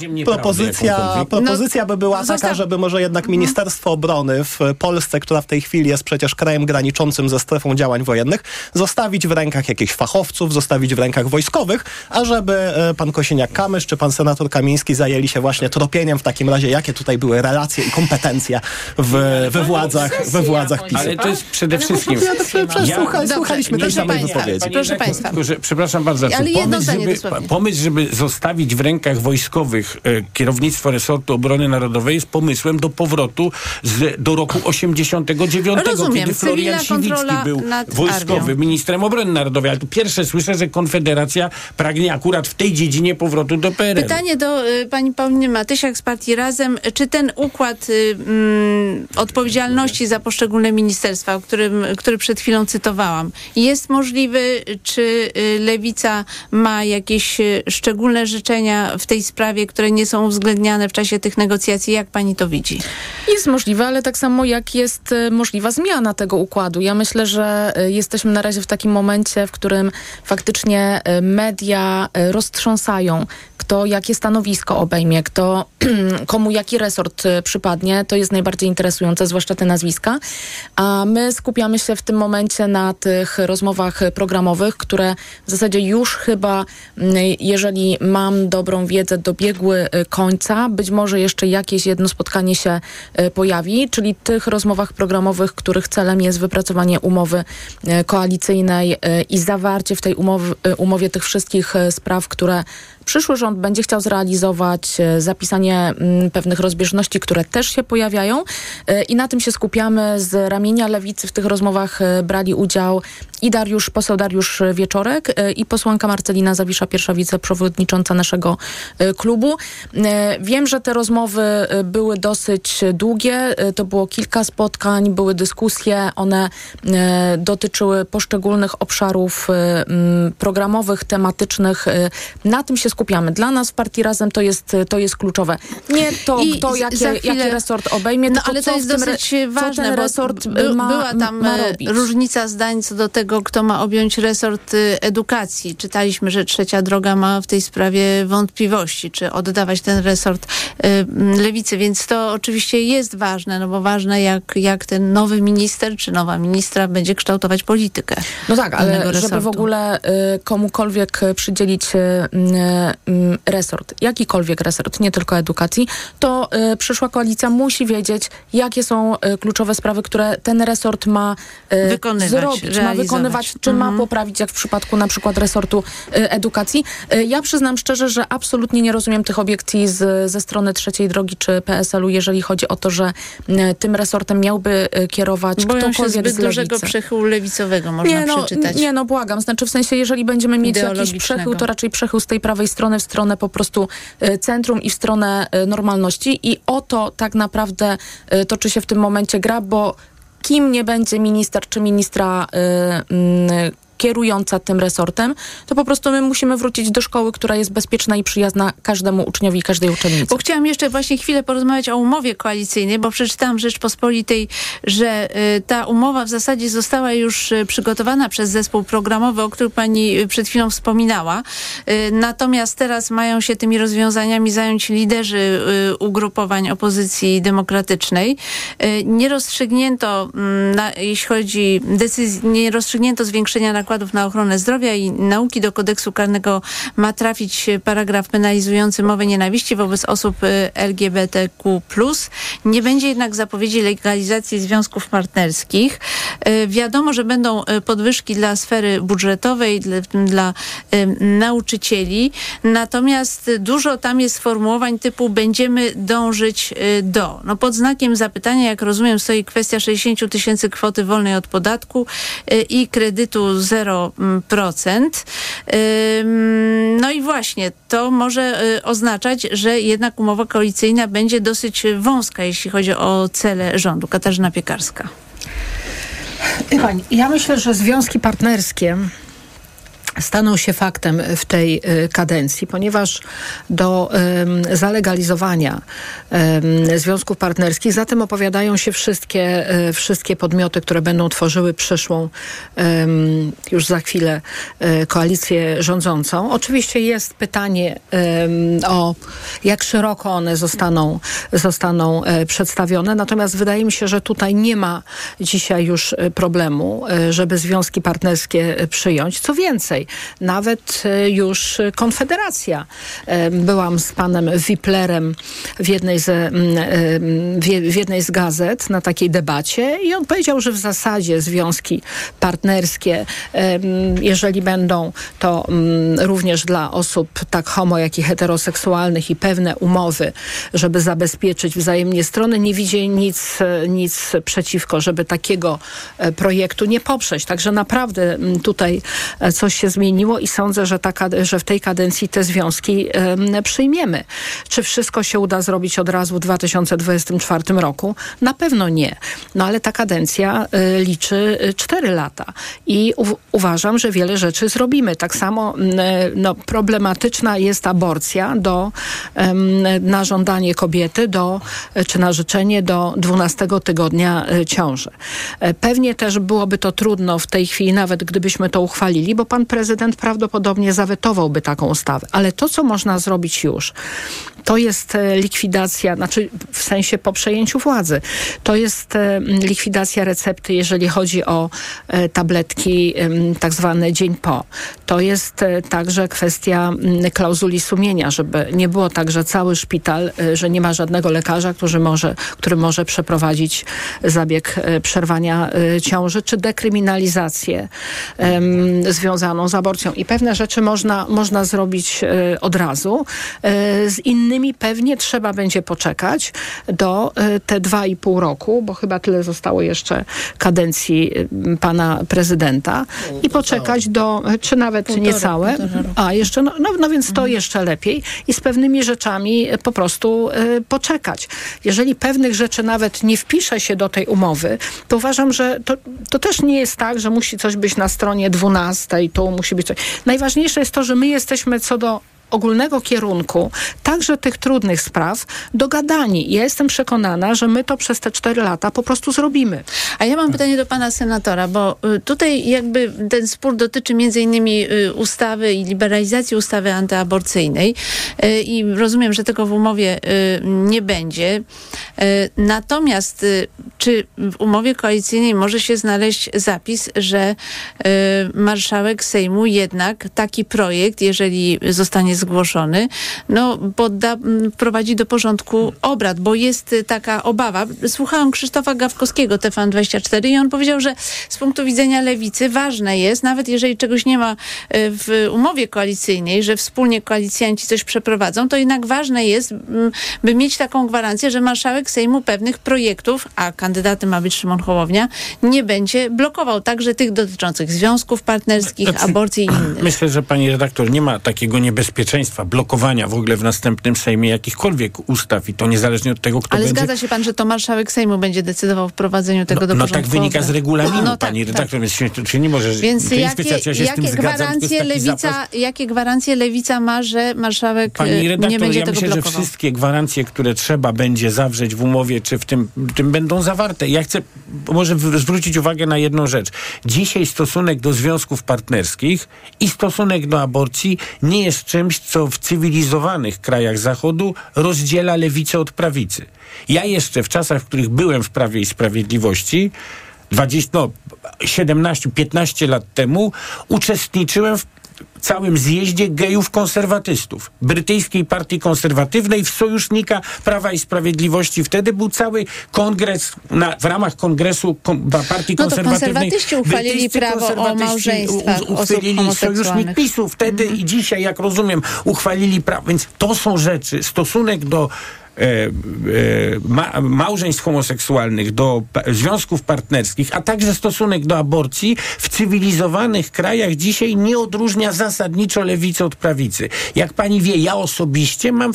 propozycja by była taka, żeby może jednak Ministerstwo Obrony w Polsce, która w tej chwili jest przecież krajem graniczącym ze strefą działań wojennych, zostawić w rękach jakichś fachowców, zostawić w rękach wojskowych, a żeby pan Kosiniak-Kamysz czy pan senator Kamiński zajęli się właśnie tropieniem w takim razie, jakie tutaj były relacje i kompetencje we władzach PiS-u. Ale to jest przede wszystkim... Słuchaliśmy tej samej wypowiedzi. Proszę państwa. Przepraszam bardzo. Pomysł, żeby zostawić w rękach wojskowych kierownictwo resortu obrony narodowej jest pomysłem do powrotu do roku 89, kiedy Florian Siwicki był wojskowy ministrem obrony narodowej. Ale tu pierwsze słyszę, że Konfederacja pragnie akurat w tej dziedzinie powrotu do PRL. Pytanie do pani Pauliny Matysiak z partii Razem. Czy ten układ odpowiedzialności za poszczególne ministerstwa, który przed chwilą cytowałam, jest możliwy? Czy Lewica ma jakieś szczególne życzenia w tej sprawie, które nie są uwzględniane w czasie tych negocjacji? Jak pani to widzi? Jest możliwe, ale tak samo jak jest możliwa zmiana tego układu. Ja myślę, że jesteśmy na razie w takim momencie, w którym faktycznie media roztrząsają, kto jakie stanowisko obejmie, komu jaki resort przypadnie. To jest najbardziej interesujące, zwłaszcza te nazwiska. A my skupiamy się w tym momencie na tych rozmowach programowych, które w zasadzie już chyba, jeżeli mam dobrą wiedzę, dobiegły końca. Być może jeszcze jakieś jedno spotkanie się pojawi, czyli tych rozmowach programowych, których celem jest wypracowanie umowy koalicyjnej i zawarcie w tej umowie tych wszystkich spraw, które przyszły rząd będzie chciał zrealizować, zapisanie pewnych rozbieżności, które też się pojawiają i na tym się skupiamy. Z ramienia Lewicy w tych rozmowach brali udział i poseł Dariusz Wieczorek i posłanka Marcelina Zawisza, pierwsza wiceprzewodnicząca naszego klubu. Wiem, że te rozmowy były dosyć długie, to było kilka spotkań, były dyskusje, one dotyczyły poszczególnych obszarów programowych, tematycznych. Na tym się skupiamy. Dla nas w partii Razem to jest kluczowe. Nie to, kto jaki resort obejmie, tylko ale to jest dosyć ważne, ten resort była tam różnica zdań co do tego, kto ma objąć resort edukacji. Czytaliśmy, że Trzecia Droga ma w tej sprawie wątpliwości, czy oddawać ten resort Lewicy, więc to oczywiście jest ważne, no bo ważne jak ten nowy minister, czy nowa ministra będzie kształtować politykę. No tak, ale żeby w ogóle komukolwiek przydzielić resort, jakikolwiek resort, nie tylko edukacji, to przyszła koalicja musi wiedzieć, jakie są kluczowe sprawy, które ten resort ma zrobić, ma wykonywać, czy ma poprawić, jak w przypadku na przykład resortu edukacji. Ja przyznam szczerze, że absolutnie nie rozumiem tych obiekcji ze strony Trzeciej Drogi czy PSL-u, jeżeli chodzi o to, że tym resortem miałby kierować ktokolwiek z Lewicy. Zbyt dużego przechyłu lewicowego można przeczytać. Błagam. Znaczy w sensie, jeżeli będziemy mieć jakiś przechył, to raczej przechył z tej prawej strony w stronę po prostu centrum i w stronę normalności. I o to tak naprawdę toczy się w tym momencie gra, bo kim nie będzie minister czy ministra kierująca tym resortem, to po prostu my musimy wrócić do szkoły, która jest bezpieczna i przyjazna każdemu uczniowi i każdej uczennicy. Bo chciałam jeszcze właśnie chwilę porozmawiać o umowie koalicyjnej, bo przeczytałam w Rzeczpospolitej, że ta umowa w zasadzie została już przygotowana przez zespół programowy, o którym pani przed chwilą wspominała. Natomiast teraz mają się tymi rozwiązaniami zająć liderzy ugrupowań opozycji demokratycznej. Nie rozstrzygnięto, jeśli chodzi nie rozstrzygnięto zwiększenia nakładów nakładów na ochronę zdrowia i nauki do kodeksu karnego ma trafić paragraf penalizujący mowę nienawiści wobec osób LGBTQ+. Nie będzie jednak zapowiedzi legalizacji związków partnerskich. Wiadomo, że będą podwyżki dla sfery budżetowej, w tym dla nauczycieli. Natomiast dużo tam jest sformułowań typu będziemy dążyć do. No pod znakiem zapytania, jak rozumiem, stoi kwestia 60 tysięcy kwoty wolnej od podatku i kredytu 0%. No i właśnie, to może oznaczać, że jednak umowa koalicyjna będzie dosyć wąska, jeśli chodzi o cele rządu. Katarzyna Piekarska. Pani, ja myślę, że związki partnerskie staną się faktem w tej kadencji, ponieważ do zalegalizowania związków partnerskich za tym opowiadają się wszystkie podmioty, które będą tworzyły przyszłą już za chwilę koalicję rządzącą. Oczywiście jest pytanie o jak szeroko one zostaną przedstawione, natomiast wydaje mi się, że tutaj nie ma dzisiaj już problemu, żeby związki partnerskie przyjąć. Co więcej, nawet już Konfederacja. Byłam z panem Wiplerem w jednej z gazet na takiej debacie i on powiedział, że w zasadzie związki partnerskie, jeżeli będą, to również dla osób tak homo, jak i heteroseksualnych i pewne umowy, żeby zabezpieczyć wzajemnie strony, nie widzi nic przeciwko, żeby takiego projektu nie poprzeć. Także naprawdę tutaj coś się zmieniło i sądzę, że w tej kadencji te związki przyjmiemy. Czy wszystko się uda zrobić od razu w 2024 roku? Na pewno nie. No ale ta kadencja liczy 4 lata i uważam, że wiele rzeczy zrobimy. Tak samo problematyczna jest aborcja na żądanie kobiety czy na życzenie do 12 tygodnia ciąży. Pewnie też byłoby to trudno w tej chwili, nawet gdybyśmy to uchwalili, bo pan prezydent prawdopodobnie zawetowałby taką ustawę. Ale to, co można zrobić już, to jest likwidacja, znaczy w sensie po przejęciu władzy, to jest likwidacja recepty, jeżeli chodzi o tabletki tak zwane dzień po. To jest także kwestia klauzuli sumienia, żeby nie było tak, że cały szpital, że nie ma żadnego lekarza, który może przeprowadzić zabieg przerwania ciąży, czy dekryminalizację związaną z aborcją. I pewne rzeczy można zrobić od razu. Z innymi pewnie trzeba będzie poczekać do te 2,5 roku, bo chyba tyle zostało jeszcze kadencji pana prezydenta i poczekać czy nawet niecałe. Jeszcze, no więc to jeszcze lepiej i z pewnymi rzeczami po prostu poczekać. Jeżeli pewnych rzeczy nawet nie wpisze się do tej umowy, to uważam, że to też nie jest tak, że musi coś być na stronie 12 i tu musi być coś. Najważniejsze jest to, że my jesteśmy co do ogólnego kierunku, także tych trudnych spraw, dogadani. Ja jestem przekonana, że my to przez te 4 lata po prostu zrobimy. A ja mam pytanie do pana senatora, bo tutaj jakby ten spór dotyczy między innymi ustawy i liberalizacji ustawy antyaborcyjnej i rozumiem, że tego w umowie nie będzie. Natomiast czy w umowie koalicyjnej może się znaleźć zapis, że marszałek Sejmu jednak taki projekt, jeżeli zostanie zgłoszony, wprowadzi do porządku obrad, bo jest taka obawa. Słuchałam Krzysztofa Gawkowskiego, TVN24 i on powiedział, że z punktu widzenia lewicy ważne jest, nawet jeżeli czegoś nie ma w umowie koalicyjnej, że wspólnie koalicjanci coś przeprowadzą, to jednak ważne jest, by mieć taką gwarancję, że marszałek Sejmu pewnych projektów, a kandydatem ma być Szymon Hołownia, nie będzie blokował, także tych dotyczących związków partnerskich, aborcji i innych. Myślę, że pani redaktor, nie ma takiego niebezpieczeństwa blokowania w ogóle w następnym Sejmie jakichkolwiek ustaw i to niezależnie od tego, kto Ale będzie... zgadza się pan, że to marszałek Sejmu będzie decydował o wprowadzeniu tego do porządku. No tak wynika z regulaminu, pani redaktor, więc się nie może... Więc jakie gwarancje lewica ma, że marszałek pani redaktor, nie będzie tego blokował? Ja myślę, że wszystkie gwarancje, które trzeba będzie zawrzeć w umowie, czy w tym będą zawarte. Ja chcę może zwrócić uwagę na jedną rzecz. Dzisiaj stosunek do związków partnerskich i stosunek do aborcji nie jest czymś, co w cywilizowanych krajach Zachodu rozdziela lewicę od prawicy. Ja jeszcze w czasach, w których byłem w Prawie i Sprawiedliwości, 15 lat temu uczestniczyłem w całym zjeździe gejów konserwatystów. Brytyjskiej Partii Konserwatywnej w sojusznika Prawa i Sprawiedliwości. Wtedy był cały kongres, w ramach kongresu Partii Konserwatywnej. Konserwatyści uchwalili prawo o małżeństwach uchwalili sojusznik PiS-u. Wtedy i dzisiaj, jak rozumiem, uchwalili prawo. Więc to są rzeczy, stosunek do małżeństw homoseksualnych, do związków partnerskich, a także stosunek do aborcji w cywilizowanych krajach dzisiaj nie odróżnia zasadniczo lewicy od prawicy. Jak pani wie, ja osobiście mam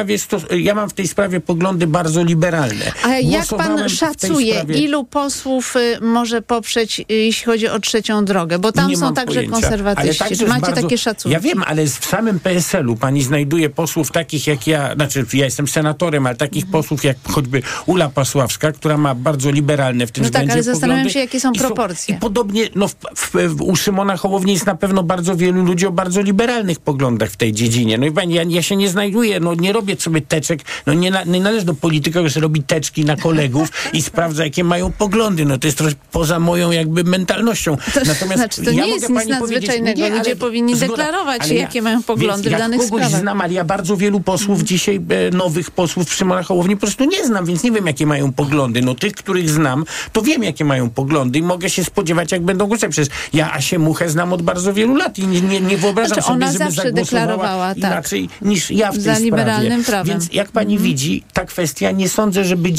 w tej sprawie poglądy bardzo liberalne. A jak pan szacuje, ilu posłów może poprzeć, jeśli chodzi o trzecią drogę? Bo tam są także konserwatyści. Czy macie takie szacunki? Ja wiem, ale w samym PSL-u pani znajduje posłów takich jak ja, ja jestem senatorem, ale takich posłów jak choćby Ula Pasławska, która ma bardzo liberalne w tym względzie ale poglądy. zastanawiam się, jakie są proporcje. I podobnie u Szymona Hołowni jest na pewno bardzo wielu ludzi o bardzo liberalnych poglądach w tej dziedzinie. No i pani, ja się nie znajduję, nie robię sobie teczek, nie należy do polityka, że robi teczki na kolegów i sprawdza, jakie mają poglądy. To jest trochę poza moją jakby mentalnością. Natomiast to nie jest nic nadzwyczajnego. Ludzie powinni deklarować, jakie mają poglądy w danych sprawach. Ja kogoś znam, ale ja bardzo wielu posłów dzisiaj, nowych posłów Szymona Hołowni po prostu nie znam, więc nie wiem, jakie mają poglądy. Tych, których znam, to wiem, jakie mają poglądy i mogę się spodziewać, jak będą głosować. Przecież ja Asię Muchę znam od bardzo wielu lat i nie wyobrażam sobie, ona żeby zawsze zagłosowała inaczej niż ja w tej sprawie. liberalnym prawem. Więc jak pani widzi, ta kwestia nie sądzę, żeby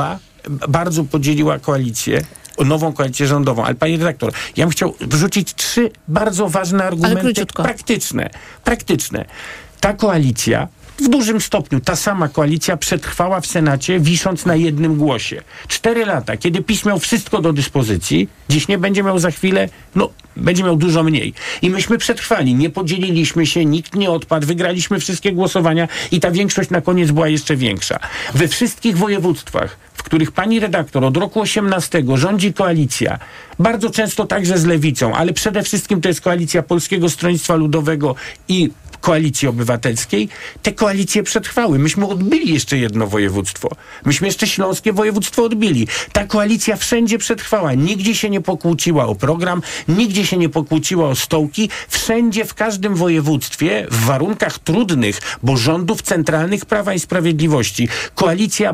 bardzo podzieliła koalicję, nową koalicję rządową. Ale pani redaktor, ja bym chciał wrzucić 3 bardzo ważne argumenty praktyczne. Ta koalicja w dużym stopniu ta sama koalicja przetrwała w Senacie, wisząc na jednym głosie. 4 lata, kiedy PiS miał wszystko do dyspozycji, dziś nie będzie miał za chwilę, będzie miał dużo mniej. I myśmy przetrwali, nie podzieliliśmy się, nikt nie odpadł, wygraliśmy wszystkie głosowania i ta większość na koniec była jeszcze większa. We wszystkich województwach, w których pani redaktor od roku 18 rządzi koalicja, bardzo często także z lewicą, ale przede wszystkim to jest koalicja Polskiego Stronnictwa Ludowego i Koalicji Obywatelskiej, te koalicje przetrwały. Myśmy odbyli jeszcze jedno województwo. Myśmy jeszcze śląskie województwo odbyli. Ta koalicja wszędzie przetrwała. Nigdzie się nie pokłóciła o program, nigdzie się nie pokłóciła o stołki. Wszędzie, w każdym województwie, w warunkach trudnych, bo rządów centralnych Prawa i Sprawiedliwości, koalicja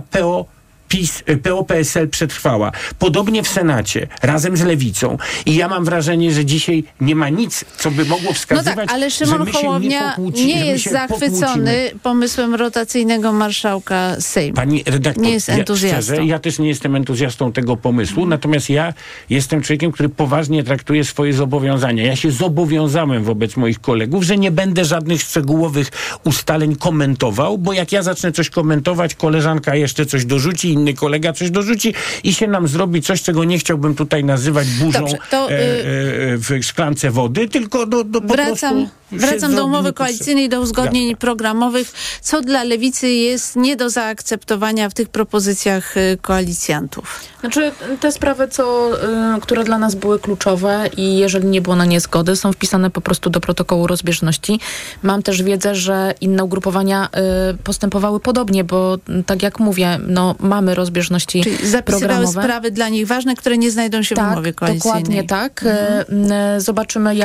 PO-PSL przetrwała. Podobnie w Senacie, razem z Lewicą. I ja mam wrażenie, że dzisiaj nie ma nic, co by mogło wskazywać, ale Szymon Hołownia nie jest zachwycony pomysłem rotacyjnego marszałka Sejmu. Pani redaktor, nie jest entuzjastą. Szczerze, ja też nie jestem entuzjastą tego pomysłu, natomiast ja jestem człowiekiem, który poważnie traktuje swoje zobowiązania. Ja się zobowiązałem wobec moich kolegów, że nie będę żadnych szczegółowych ustaleń komentował, bo jak ja zacznę coś komentować, koleżanka jeszcze coś dorzuci, inny kolega coś dorzuci i się nam zrobi coś, czego nie chciałbym tutaj nazywać burzą w szklance wody, tylko Wracam do umowy koalicyjnej, do uzgodnień programowych. Co dla Lewicy jest nie do zaakceptowania w tych propozycjach koalicjantów? Znaczy, te sprawy, które dla nas były kluczowe i jeżeli nie było na nie zgody, są wpisane po prostu do protokołu rozbieżności. Mam też wiedzę, że inne ugrupowania postępowały podobnie, bo tak jak mówię, mamy rozbieżności Czyli zapisywały programowe. Sprawy dla nich ważne, które nie znajdą się w umowie koalicyjnej. Dokładnie tak. Zobaczymy,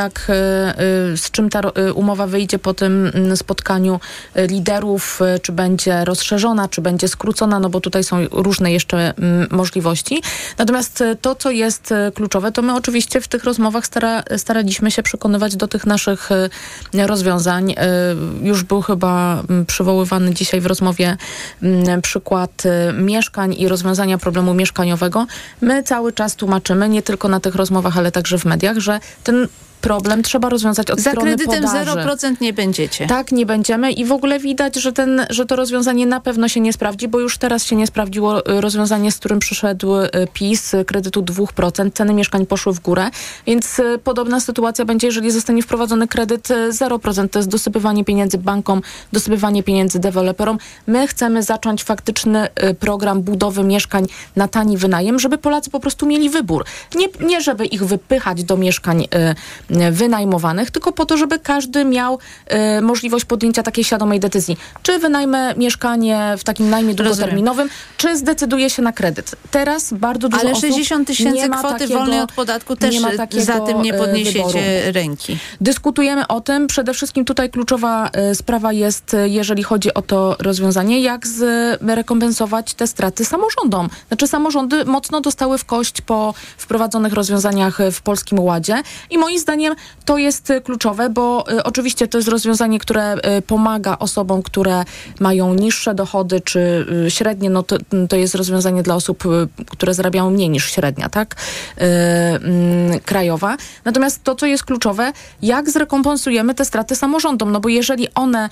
z czym ta umowa wyjdzie po tym spotkaniu liderów, czy będzie rozszerzona, czy będzie skrócona, bo tutaj są różne jeszcze możliwości. Natomiast to, co jest kluczowe, to my oczywiście w tych rozmowach staraliśmy się przekonywać do tych naszych rozwiązań. Już był chyba przywoływany dzisiaj w rozmowie przykład mieszkań i rozwiązania problemu mieszkaniowego. My cały czas tłumaczymy, nie tylko na tych rozmowach, ale także w mediach, że ten problem trzeba rozwiązać od strony podaży. Za kredytem 0% nie będziecie. Tak, nie będziemy i w ogóle widać, że to rozwiązanie na pewno się nie sprawdzi, bo już teraz się nie sprawdziło rozwiązanie, z którym przyszedł PiS, kredytu 2%. Ceny mieszkań poszły w górę, więc podobna sytuacja będzie, jeżeli zostanie wprowadzony kredyt 0%. To jest dosypywanie pieniędzy bankom, dosypywanie pieniędzy deweloperom. My chcemy zacząć faktyczny program budowy mieszkań na tani wynajem, żeby Polacy po prostu mieli wybór. Nie żeby ich wypychać do mieszkań wynajmowanych, tylko po to, żeby każdy miał możliwość podjęcia takiej świadomej decyzji. Czy wynajmę mieszkanie w takim najmie długoterminowym, czy zdecyduje się na kredyt. Teraz bardzo dużo ale osób 60 tysięcy kwoty wolnej od podatku też za tym nie podniesiecie ręki. Dyskutujemy o tym. Przede wszystkim tutaj kluczowa sprawa jest, jeżeli chodzi o to rozwiązanie, jak rekompensować te straty samorządom. Znaczy samorządy mocno dostały w kość po wprowadzonych rozwiązaniach w Polskim Ładzie i moim zdaniem to jest kluczowe, bo oczywiście to jest rozwiązanie, które pomaga osobom, które mają niższe dochody czy średnie, no to jest rozwiązanie dla osób, które zarabiają mniej niż średnia, tak? Krajowa. Natomiast to, co jest kluczowe, jak zrekompensujemy te straty samorządom, no bo jeżeli one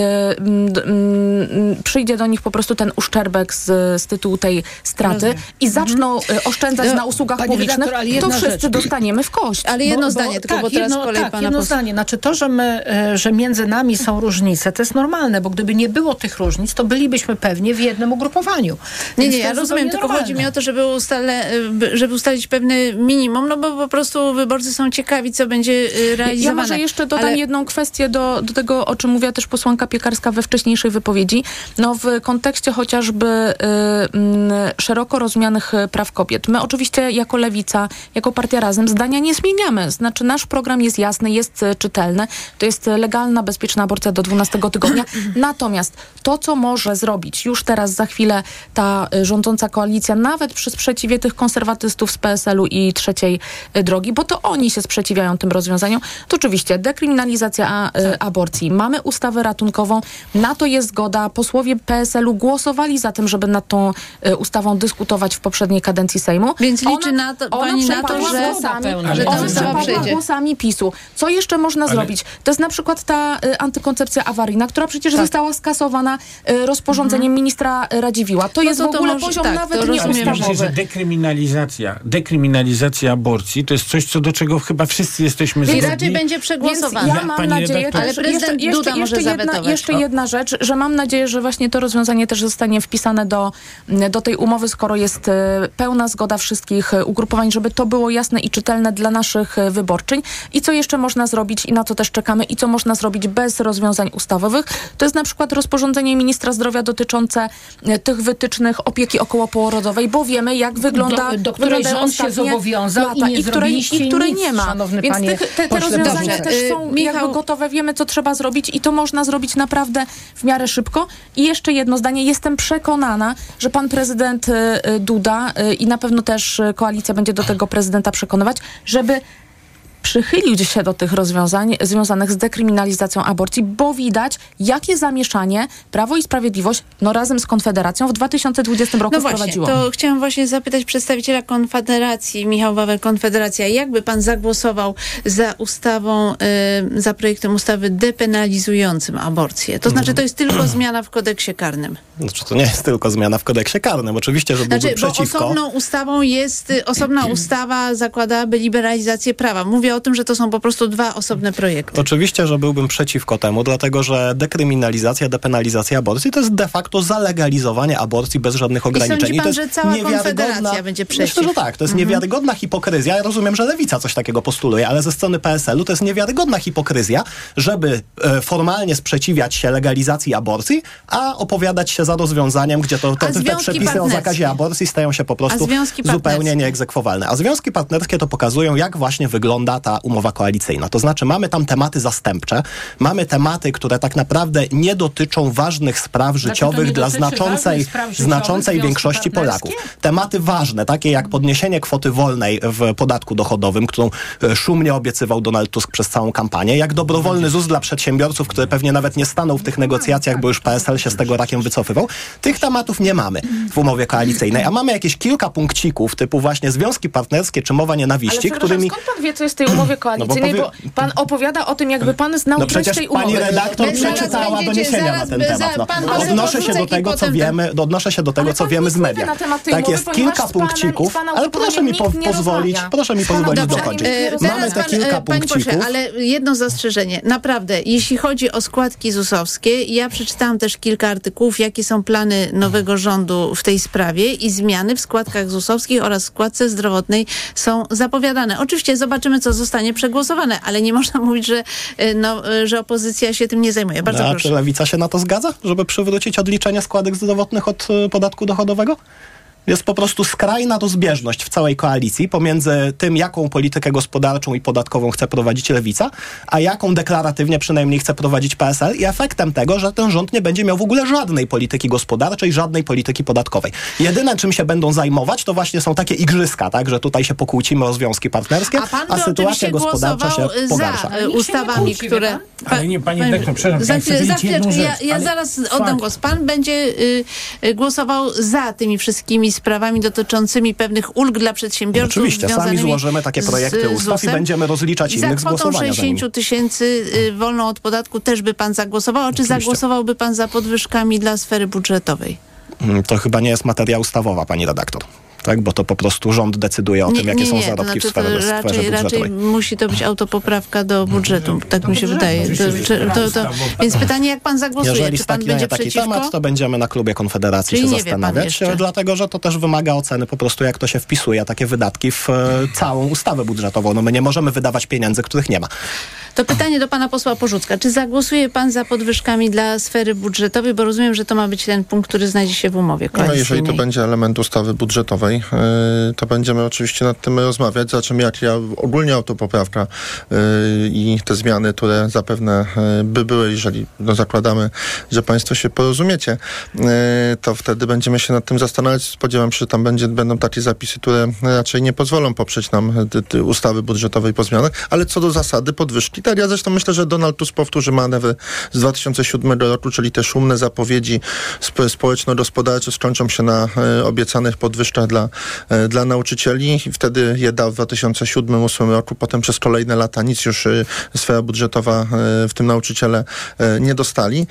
przyjdzie do nich po prostu ten uszczerbek z tytułu tej straty i zaczną oszczędzać na usługach publicznych, to wszyscy dostaniemy w kość. Ale jedno zdanie, tylko bo teraz kolej pana jedno zdanie. Znaczy to, że między nami są różnice, to jest normalne, bo gdyby nie było tych różnic, to bylibyśmy pewnie w jednym ugrupowaniu. Nie, ja rozumiem, tylko chodzi mi o to, żeby ustalić pewne minimum, no bo po prostu wyborcy są ciekawi, co będzie realizowane. Ja może jeszcze dodam jedną kwestię do tego, o czym mówiła też posłanka Piekarska we wcześniejszej wypowiedzi. No w kontekście chociażby szeroko rozumianych praw kobiet. My oczywiście jako Lewica, jako Partia Razem zdania nie zmieniamy. Znaczy nasz program jest jasny, jest czytelny. To jest legalna, bezpieczna aborcja do 12 tygodnia. Natomiast to, co może zrobić już teraz, za chwilę ta rządząca koalicja, nawet przy sprzeciwie tych konserwatystów z PSL-u i Trzeciej Drogi, bo to oni się sprzeciwiają tym rozwiązaniom, to oczywiście dekryminalizacja aborcji. Mamy ustawę ratunkową, na to jest zgoda. Posłowie PSL-u głosowali za tym, żeby nad tą ustawą dyskutować w poprzedniej kadencji Sejmu. Więc liczy na to, pani na to, że ta ustawa przyjdzie. Głosami PiS-u. Co jeszcze można zrobić? To jest na przykład ta antykoncepcja awaryjna, która przecież została skasowana rozporządzeniem ministra Radziwiłła. To jest w ogóle poziom nawet nieustawowy. Myślę, że dekryminalizacja aborcji to jest coś, co do czego chyba wszyscy jesteśmy zgodni. I raczej będzie przegłosowane. Ja mam nadzieję, ale prezydent Duda może zawetować. Jeszcze jedna rzecz, że mam nadzieję, że właśnie to rozwiązanie też zostanie wpisane do tej umowy, skoro jest pełna zgoda wszystkich ugrupowań, żeby to było jasne i czytelne dla naszych wyborczyń. I co jeszcze można zrobić i na co też czekamy i co można zrobić bez rozwiązań ustawowych, to jest na przykład rozporządzenie ministra zdrowia dotyczące tych wytycznych opieki okołoporodowej, bo wiemy, jak wygląda do której rząd się zobowiązał lata, i której nie ma. Więc te rozwiązania też są jakby gotowe, wiemy, co trzeba zrobić i to można zrobić naprawdę w miarę szybko. I jeszcze jedno zdanie. Jestem przekonana, że pan prezydent Duda i na pewno też koalicja będzie do tego prezydenta przekonywać, żeby przychylił się do tych rozwiązań związanych z dekryminalizacją aborcji, bo widać, jakie zamieszanie Prawo i Sprawiedliwość razem z Konfederacją w 2020 roku wprowadziło. To chciałam właśnie zapytać przedstawiciela Konfederacji, Michał Wawel, Konfederacja, jakby pan zagłosował za ustawą, za projektem ustawy depenalizującym aborcję? To znaczy, to jest tylko zmiana w kodeksie karnym. Znaczy, to nie jest tylko zmiana w kodeksie karnym. Oczywiście, że byłbym przeciwko. Bo osobną ustawą osobna ustawa zakładałaby liberalizację prawa. Mówię o tym, że to są po prostu dwa osobne projekty. Oczywiście, że byłbym przeciwko temu, dlatego że dekryminalizacja, depenalizacja aborcji to jest de facto zalegalizowanie aborcji bez żadnych ograniczeń. I sądzi pan, że cała Konfederacja będzie przeciw? Myślę, że tak. To jest niewiarygodna hipokryzja. Ja rozumiem, że Lewica coś takiego postuluje, ale ze strony PSL-u to jest niewiarygodna hipokryzja, żeby formalnie sprzeciwiać się legalizacji aborcji, a opowiadać się za rozwiązaniem, gdzie te przepisy o zakazie aborcji stają się po prostu zupełnie nieegzekwowalne. A związki partnerskie to pokazują, jak właśnie wygląda ta umowa koalicyjna. To znaczy mamy tam tematy zastępcze, mamy tematy, które tak naprawdę nie dotyczą ważnych spraw życiowych dla znaczącej większości Polaków. Tematy ważne, takie jak podniesienie kwoty wolnej w podatku dochodowym, którą szumnie obiecywał Donald Tusk przez całą kampanię, jak dobrowolny ZUS dla przedsiębiorców, który pewnie nawet nie stanął w tych negocjacjach, bo już PSL się z tego rakiem wycofywał. Tych tematów nie mamy w umowie koalicyjnej, a mamy jakieś kilka punkcików typu właśnie związki partnerskie czy mowa nienawiści, którymi... skąd pan wie, co jest w tej umowie koalicyjnej? Bo pan opowiada o tym, jakby pan znał treść tej umowy. Pani redaktor przeczytała doniesienia na ten temat. Odnoszę się do tego, co wiemy z mediach. Tak, jest kilka punkcików, ale proszę mi pozwolić dokończyć. Mamy te kilka punkcików. Ale jedno zastrzeżenie. Naprawdę, jeśli chodzi o składki ZUS-owskie, ja przeczytałam też kilka artykułów, jakie jakie są plany nowego rządu w tej sprawie i zmiany w składkach ZUS-owskich oraz składce zdrowotnej są zapowiadane. Oczywiście zobaczymy, co zostanie przegłosowane, ale nie można mówić, że opozycja się tym nie zajmuje. Bardzo proszę. Czy Lewica się na to zgadza, żeby przywrócić odliczenia składek zdrowotnych od podatku dochodowego? Jest po prostu skrajna rozbieżność w całej koalicji pomiędzy tym, jaką politykę gospodarczą i podatkową chce prowadzić Lewica, a jaką deklaratywnie przynajmniej chce prowadzić PSL i efektem tego, że ten rząd nie będzie miał w ogóle żadnej polityki gospodarczej, żadnej polityki podatkowej. Jedyne, czym się będą zajmować, to właśnie są takie igrzyska, tak, że tutaj się pokłócimy o związki partnerskie, a sytuacja gospodarcza się pogarsza. Za ustawami, które... Ale nie, panie dyrektor, przepraszam, ja zaraz oddam głos. Pan będzie głosował za tymi wszystkimi sprawami dotyczącymi pewnych ulg dla przedsiębiorców. Oczywiście, sami złożymy takie projekty ustaw i będziemy rozliczać innych z głosowania. Za kwotą 60 000 wolną od podatku też by pan zagłosował, a czy zagłosowałby pan za podwyżkami dla sfery budżetowej? To chyba nie jest materia ustawowa, pani redaktor. Tak, bo to po prostu rząd decyduje o tym, jakie są zarobki w sferze budżetowej. Raczej musi to być autopoprawka do budżetu, tak mi się wydaje. Więc pytanie, jak pan zagłosuje? Jeżeli czy pan będzie przeciwko? Temat, to będziemy na klubie Konfederacji się zastanawiać, dlatego, że to też wymaga oceny po prostu, jak to się wpisuje, takie wydatki w całą ustawę budżetową. No my nie możemy wydawać pieniędzy, których nie ma. To pytanie do pana posła Porzucka. Czy zagłosuje pan za podwyżkami dla sfery budżetowej? Bo rozumiem, że to ma być ten punkt, który znajdzie się w umowie koalicyjnej. No, jeżeli to będzie element ustawy budżetowej, to będziemy oczywiście nad tym rozmawiać. Zobaczymy, jak ogólnie autopoprawka i te zmiany, które zapewne by były, jeżeli zakładamy, że państwo się porozumiecie, to wtedy będziemy się nad tym zastanawiać. Spodziewam się, że tam będą takie zapisy, które raczej nie pozwolą poprzeć nam ustawy budżetowej po zmianach, ale co do zasady podwyżki, tak, ja zresztą myślę, że Donald Tusk powtórzy manewr z 2007 roku, czyli te szumne zapowiedzi społeczno-gospodarcze skończą się na obiecanych podwyżkach dla nauczycieli i wtedy je dał w 2007-2008 roku. Potem przez kolejne lata nic już sfera budżetowa, w tym nauczyciele nie dostali.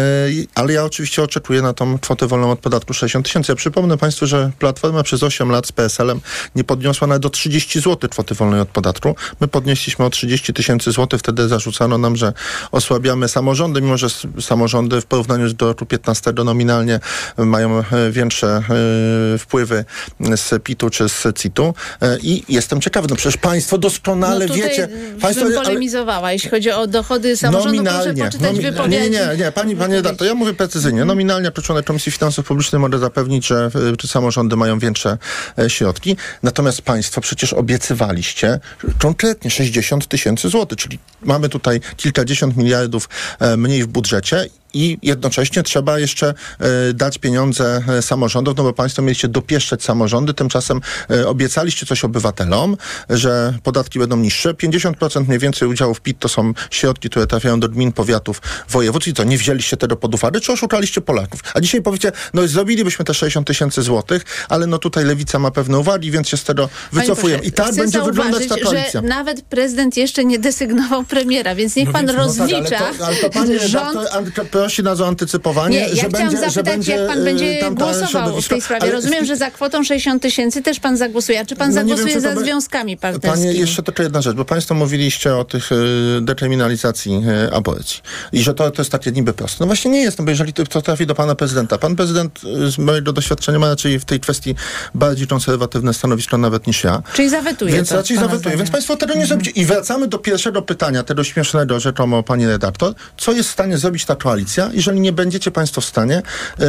Ale ja oczywiście oczekuję na tą kwotę wolną od podatku 60 000. Ja przypomnę państwu, że Platforma przez 8 lat z PSL-em nie podniosła nawet do 30 zł kwoty wolnej od podatku. My podnieśliśmy o 30 000 złotych. Wtedy zarzucano nam, że osłabiamy samorządy, mimo że samorządy w porównaniu do roku 15 nominalnie mają większe wpływy z PIT-u czy z CIT-u. I jestem ciekawy, no przecież państwo doskonale wiecie... Państwo polemizowała, jeśli chodzi o dochody samorządu, proszę poczytać wypowiedzi. Nie, pani redaktor, ja mówię precyzyjnie. Nominalnie jako członek Komisji Finansów Publicznych mogę zapewnić, że samorządy mają większe środki. Natomiast państwo przecież obiecywaliście konkretnie 60 000 złotych, czyli mamy tutaj kilkadziesiąt miliardów mniej w budżecie i jednocześnie trzeba jeszcze dać pieniądze samorządom, no bo państwo mieliście dopieszczać samorządy, tymczasem obiecaliście coś obywatelom, że podatki będą niższe. 50% mniej więcej udziałów PIT to są środki, które trafiają do gmin, powiatów, województw i co, nie wzięliście tego pod uwagę, czy oszukaliście Polaków? A dzisiaj powiecie, no zrobilibyśmy te 60 000 złotych, ale no tutaj Lewica ma pewne uwagi, więc się z tego wycofujemy. I tak będzie wyglądać ta koalicja. Że nawet prezydent jeszcze nie desygnował premiera, więc niech pan rozlicza, ale to pani rząd... prosi nas o antycypowanie, nie, ja chciałam zapytać, jak pan będzie głosował w tej sprawie. Ale rozumiem, że za kwotą 60 000 też pan zagłosuje. A czy pan zagłosuje za związkami partnerskimi? Panie, jeszcze tylko jedna rzecz, bo państwo mówiliście o tych dekryminalizacji aborcji i że to jest takie niby proste. No właśnie nie jest, no bo jeżeli to trafi do pana prezydenta. Pan prezydent z mojego doświadczenia ma raczej w tej kwestii bardziej konserwatywne stanowisko nawet niż ja. Czyli zawetuje. Więc raczej zawetuje. Więc państwo tego nie zrobicie. I wracamy do pierwszego pytania, tego śmiesznego rzekomo pani redaktor. Co jest w stanie zrobić ta koalicja, jeżeli nie będziecie państwo w stanie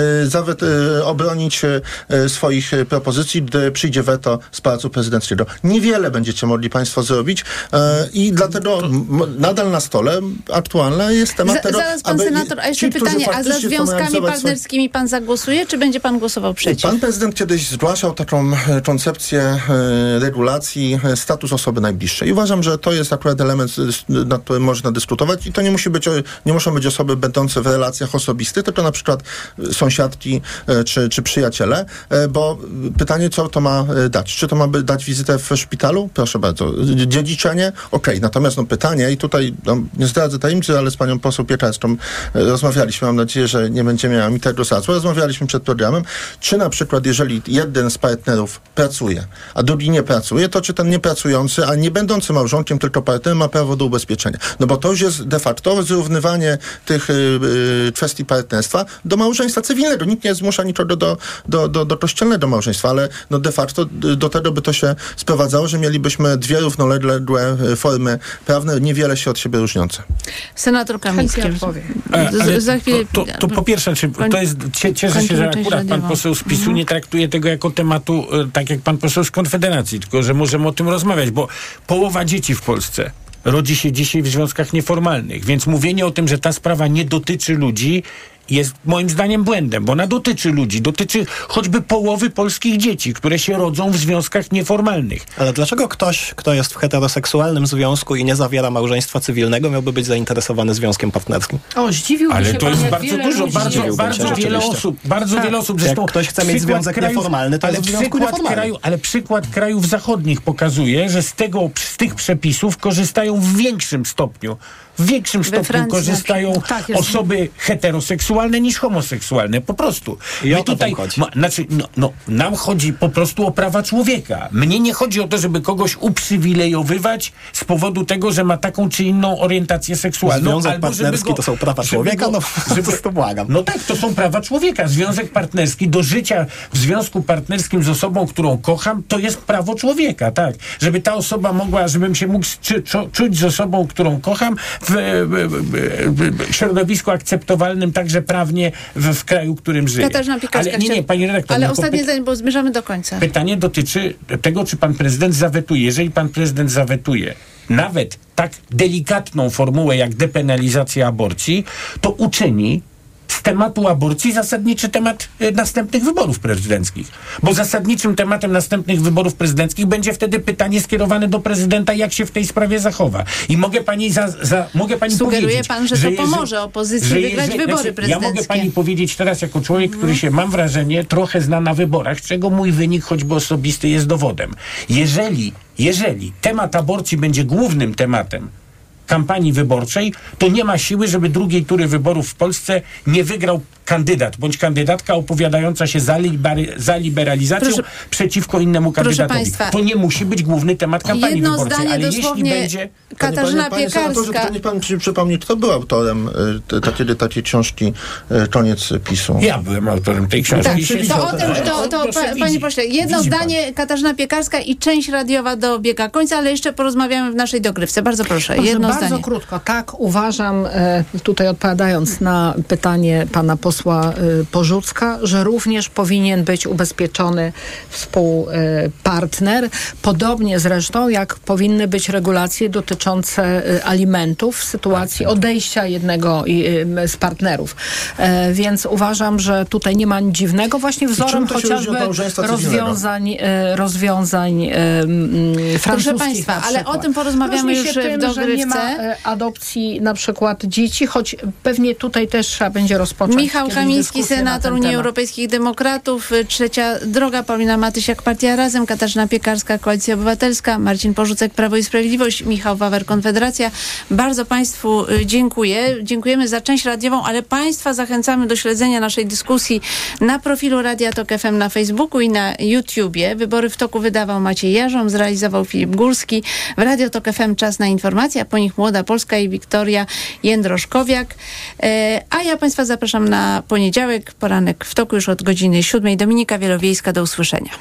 obronić swoich propozycji, gdy przyjdzie weto z Pałacu Prezydenckiego? Niewiele będziecie mogli państwo zrobić i dlatego nadal na stole aktualna jest temat tego, zaraz pan senator, a jeszcze pytanie, a za związkami partnerskimi pan zagłosuje, czy będzie pan głosował przeciw? Pan prezydent kiedyś zgłaszał taką koncepcję regulacji status osoby najbliższej. I uważam, że to jest akurat element, nad którym można dyskutować i to nie muszą być osoby będące w relacjach osobistych, tylko na przykład sąsiadki czy przyjaciele, bo pytanie, co to ma dać? Czy to ma dać wizytę w szpitalu? Proszę bardzo. Dziedziczenie? Okej. Natomiast pytanie, i tutaj nie zdradzę tajemnicy, ale z panią poseł Piekarską rozmawialiśmy, mam nadzieję, że nie będzie miała mi tego za złe. Rozmawialiśmy przed programem, czy na przykład, jeżeli jeden z partnerów pracuje, a drugi nie pracuje, to czy ten niepracujący, a nie będący małżonkiem, tylko partnerem ma prawo do ubezpieczenia. No bo to już jest de facto zrównywanie tych kwestii partnerstwa do małżeństwa cywilnego. Nikt nie zmusza nikogo do kościelnego małżeństwa, ale no de facto do tego by to się sprowadzało, że mielibyśmy dwie równoległe formy prawne, niewiele się od siebie różniące. Senator Kamiński. Za chwilę. To po pierwsze, cieszę się, że akurat pan poseł z PiS-u nie traktuje tego jako tematu, tak jak pan poseł z Konfederacji, tylko że możemy o tym rozmawiać, bo połowa dzieci w Polsce rodzi się dzisiaj w związkach nieformalnych, więc mówienie o tym, że ta sprawa nie dotyczy ludzi, jest moim zdaniem błędem, bo ona dotyczy ludzi, dotyczy choćby połowy polskich dzieci, które się rodzą w związkach nieformalnych. Ale dlaczego ktoś, kto jest w heteroseksualnym związku i nie zawiera małżeństwa cywilnego, miałby być zainteresowany związkiem partnerskim? Zdziwiłby ale się to pan, jest jak bardzo wiele dużo, ludzi bardzo wiele osób. Zresztą jak ktoś chce mieć związek nieformalny, to jest w związku nieformalnym. Ale przykład krajów zachodnich pokazuje, że z tych przepisów korzystają w większym stopniu korzystają osoby heteroseksualne niż homoseksualne. Po prostu. I o to tutaj chodzi. Nam chodzi po prostu o prawa człowieka. Mnie nie chodzi o to, żeby kogoś uprzywilejowywać z powodu tego, że ma taką czy inną orientację seksualną. Związek partnerski to są prawa człowieka? To błagam. No tak, to są prawa człowieka. Związek partnerski do życia w związku partnerskim z osobą, którą kocham, to jest prawo człowieka, tak. Żeby ta osoba mogła, żebym się mógł czuć z osobą, którą kocham, w środowisku akceptowalnym także prawnie w kraju, w którym żyję. Katarzyna Piekarska. Ale nie, pani redaktor. Ale ostatnie zdanie, bo zmierzamy do końca. Pytanie dotyczy tego, czy pan prezydent zawetuje. Jeżeli pan prezydent zawetuje nawet tak delikatną formułę jak depenalizacja aborcji, to uczyni z tematu aborcji zasadniczy temat następnych wyborów prezydenckich. Bo zasadniczym tematem następnych wyborów prezydenckich będzie wtedy pytanie skierowane do prezydenta, jak się w tej sprawie zachowa. I mogę pani Sugeruje powiedzieć... pan, że to pomoże opozycji wygrać wybory prezydenckie. Ja mogę pani powiedzieć teraz jako człowiek, który się, mam wrażenie, trochę zna na wyborach, czego mój wynik, choćby osobisty, jest dowodem. Jeżeli temat aborcji będzie głównym tematem kampanii wyborczej, to nie ma siły, żeby drugiej tury wyborów w Polsce nie wygrał kandydat bądź kandydatka opowiadająca się za liberalizacją przeciwko innemu kandydatowi. Państwa, to nie musi być główny temat kampanii wyborczej, ale jeśli będzie... Katarzyna Piekarska. To niech pan przypomni, kto był autorem takiej książki Koniec PiS-u. Ja byłem autorem tej książki. Panie pośle, jedno zdanie, Katarzyna Piekarska i część radiowa dobiega końca, ale jeszcze porozmawiamy w naszej dogrywce. Bardzo proszę, jedno zdanie. Bardzo krótko. Tak, uważam, tutaj odpowiadając na pytanie pana posła Porzucka, że również powinien być ubezpieczony współpartner. Podobnie zresztą, jak powinny być regulacje dotyczące alimentów w sytuacji odejścia jednego z partnerów. Więc uważam, że tutaj nie ma nic dziwnego. Właśnie wzorem chociażby rozwiązań francuskich. Proszę państwa, ale o tym porozmawiamy już w dogrywce. Nie ma adopcji na przykład dzieci, choć pewnie tutaj też trzeba będzie rozpocząć. Michał Kamiński, senator Unii Europejskich Demokratów, Trzecia Droga, Paulina Matysiak, Partia Razem, Katarzyna Piekarska, Koalicja Obywatelska, Marcin Porzucek, Prawo i Sprawiedliwość, Michał Wawer, Konfederacja. Bardzo państwu dziękuję. Dziękujemy za część radiową, ale państwa zachęcamy do śledzenia naszej dyskusji na profilu Radia Tok FM na Facebooku i na YouTubie. Wybory w toku wydawał Maciej Jarzom, zrealizował Filip Górski. W Radio Tok FM czas na informacje, a po nich Młoda Polska i Wiktoria Jędroszkowiak. A ja państwa zapraszam na poniedziałek, poranek w toku już od godziny 7. Dominika Wielowiejska, do usłyszenia.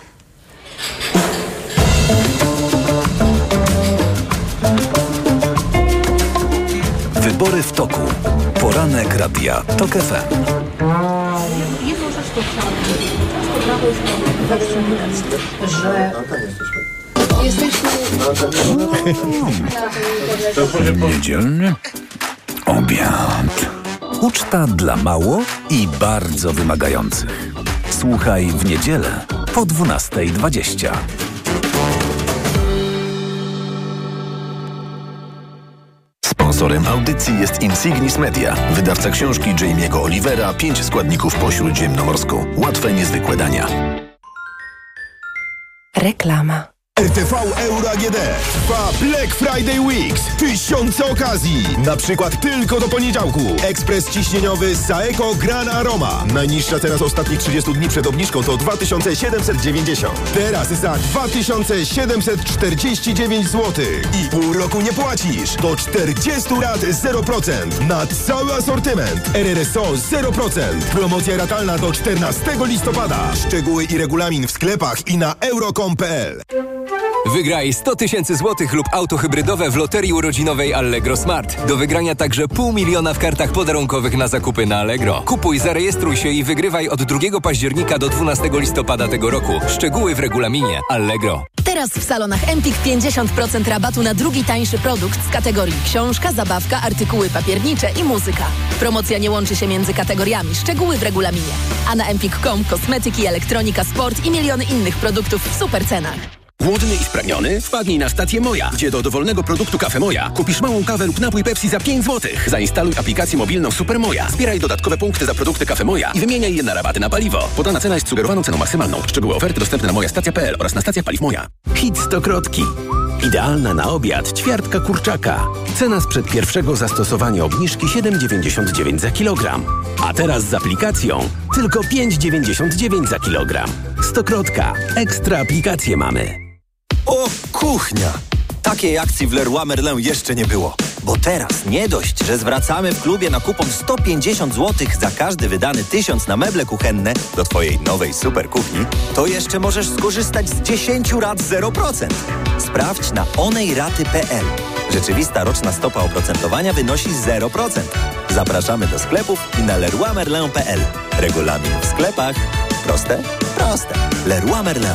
Wybory w toku. Poranek Radia Tok FM. Jedną rzecz to chciałam powiedzieć. Że jesteśmy... Niedzielny obiad. Uczta dla mało i bardzo wymagających. Słuchaj w niedzielę po 12:20. Sponsorem audycji jest Insignis Media, wydawca książki Jamie'ego Olivera 5 składników po śródziemnomorsku. Łatwe, niezwykłe dania. Reklama. RTV Euro AGD. Trwa Black Friday Weeks. Tysiące okazji. Na przykład tylko do poniedziałku. Ekspres ciśnieniowy Saeco Gran Aroma. Najniższa cena z ostatnich 30 dni przed obniżką to 2790. Teraz za 2749 zł. I pół roku nie płacisz. Do 40 lat 0%. Na cały asortyment. RRSO 0%. Promocja ratalna do 14 listopada. Szczegóły i regulamin w sklepach i na euro.com.pl. Wygraj 100 000 złotych lub auto hybrydowe w loterii urodzinowej Allegro Smart. Do wygrania także 500 000 w kartach podarunkowych na zakupy na Allegro. Kupuj, zarejestruj się i wygrywaj od 2 października do 12 listopada tego roku. Szczegóły w regulaminie Allegro. Teraz w salonach Empik 50% rabatu na drugi tańszy produkt z kategorii książka, zabawka, artykuły papiernicze i muzyka. Promocja nie łączy się między kategoriami. Szczegóły w regulaminie. A na empik.com kosmetyki, elektronika, sport i miliony innych produktów w super cenach. Głodny i spragniony? Wpadnij na stację Moja, gdzie do dowolnego produktu Kafe Moja kupisz małą kawę lub napój Pepsi za 5 zł. Zainstaluj aplikację mobilną Super Moja. Zbieraj dodatkowe punkty za produkty Kafe Moja i wymieniaj je na rabaty na paliwo. Podana cena jest sugerowaną ceną maksymalną. Szczegóły oferty dostępne na mojastacja.pl oraz na stacjach paliw Moja. Hit stokrotki. Idealna na obiad ćwiartka kurczaka. Cena sprzed pierwszego zastosowania obniżki 7,99 za kilogram. A teraz z aplikacją tylko 5,99 za kilogram. Stokrotka. Ekstra aplikacje mamy. O, kuchnia! Takiej akcji w Leroy Merlin jeszcze nie było. Bo teraz nie dość, że zwracamy w klubie na kupon 150 zł za każdy wydany 1000 na meble kuchenne do Twojej nowej super kuchni, to jeszcze możesz skorzystać z 10 rat 0%. Sprawdź na onejraty.pl. Rzeczywista roczna stopa oprocentowania wynosi 0%. Zapraszamy do sklepów i na leroymerlin.pl. Regulamin w sklepach. Proste? Proste. Leroy Merlin.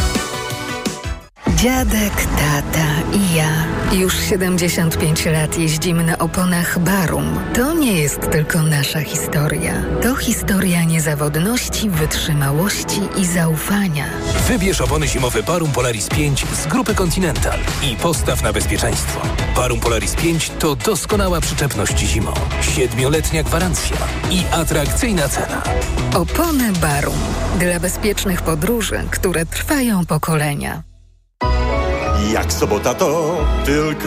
Dziadek, tata i ja. Już 75 lat jeździmy na oponach Barum. To nie jest tylko nasza historia. To historia niezawodności, wytrzymałości i zaufania. Wybierz opony zimowe Barum Polaris 5 z grupy Continental i postaw na bezpieczeństwo. Barum Polaris 5 to doskonała przyczepność zimą, 7-letnia gwarancja i atrakcyjna cena. Opony Barum. Dla bezpiecznych podróży, które trwają pokolenia. Jak sobota to tylko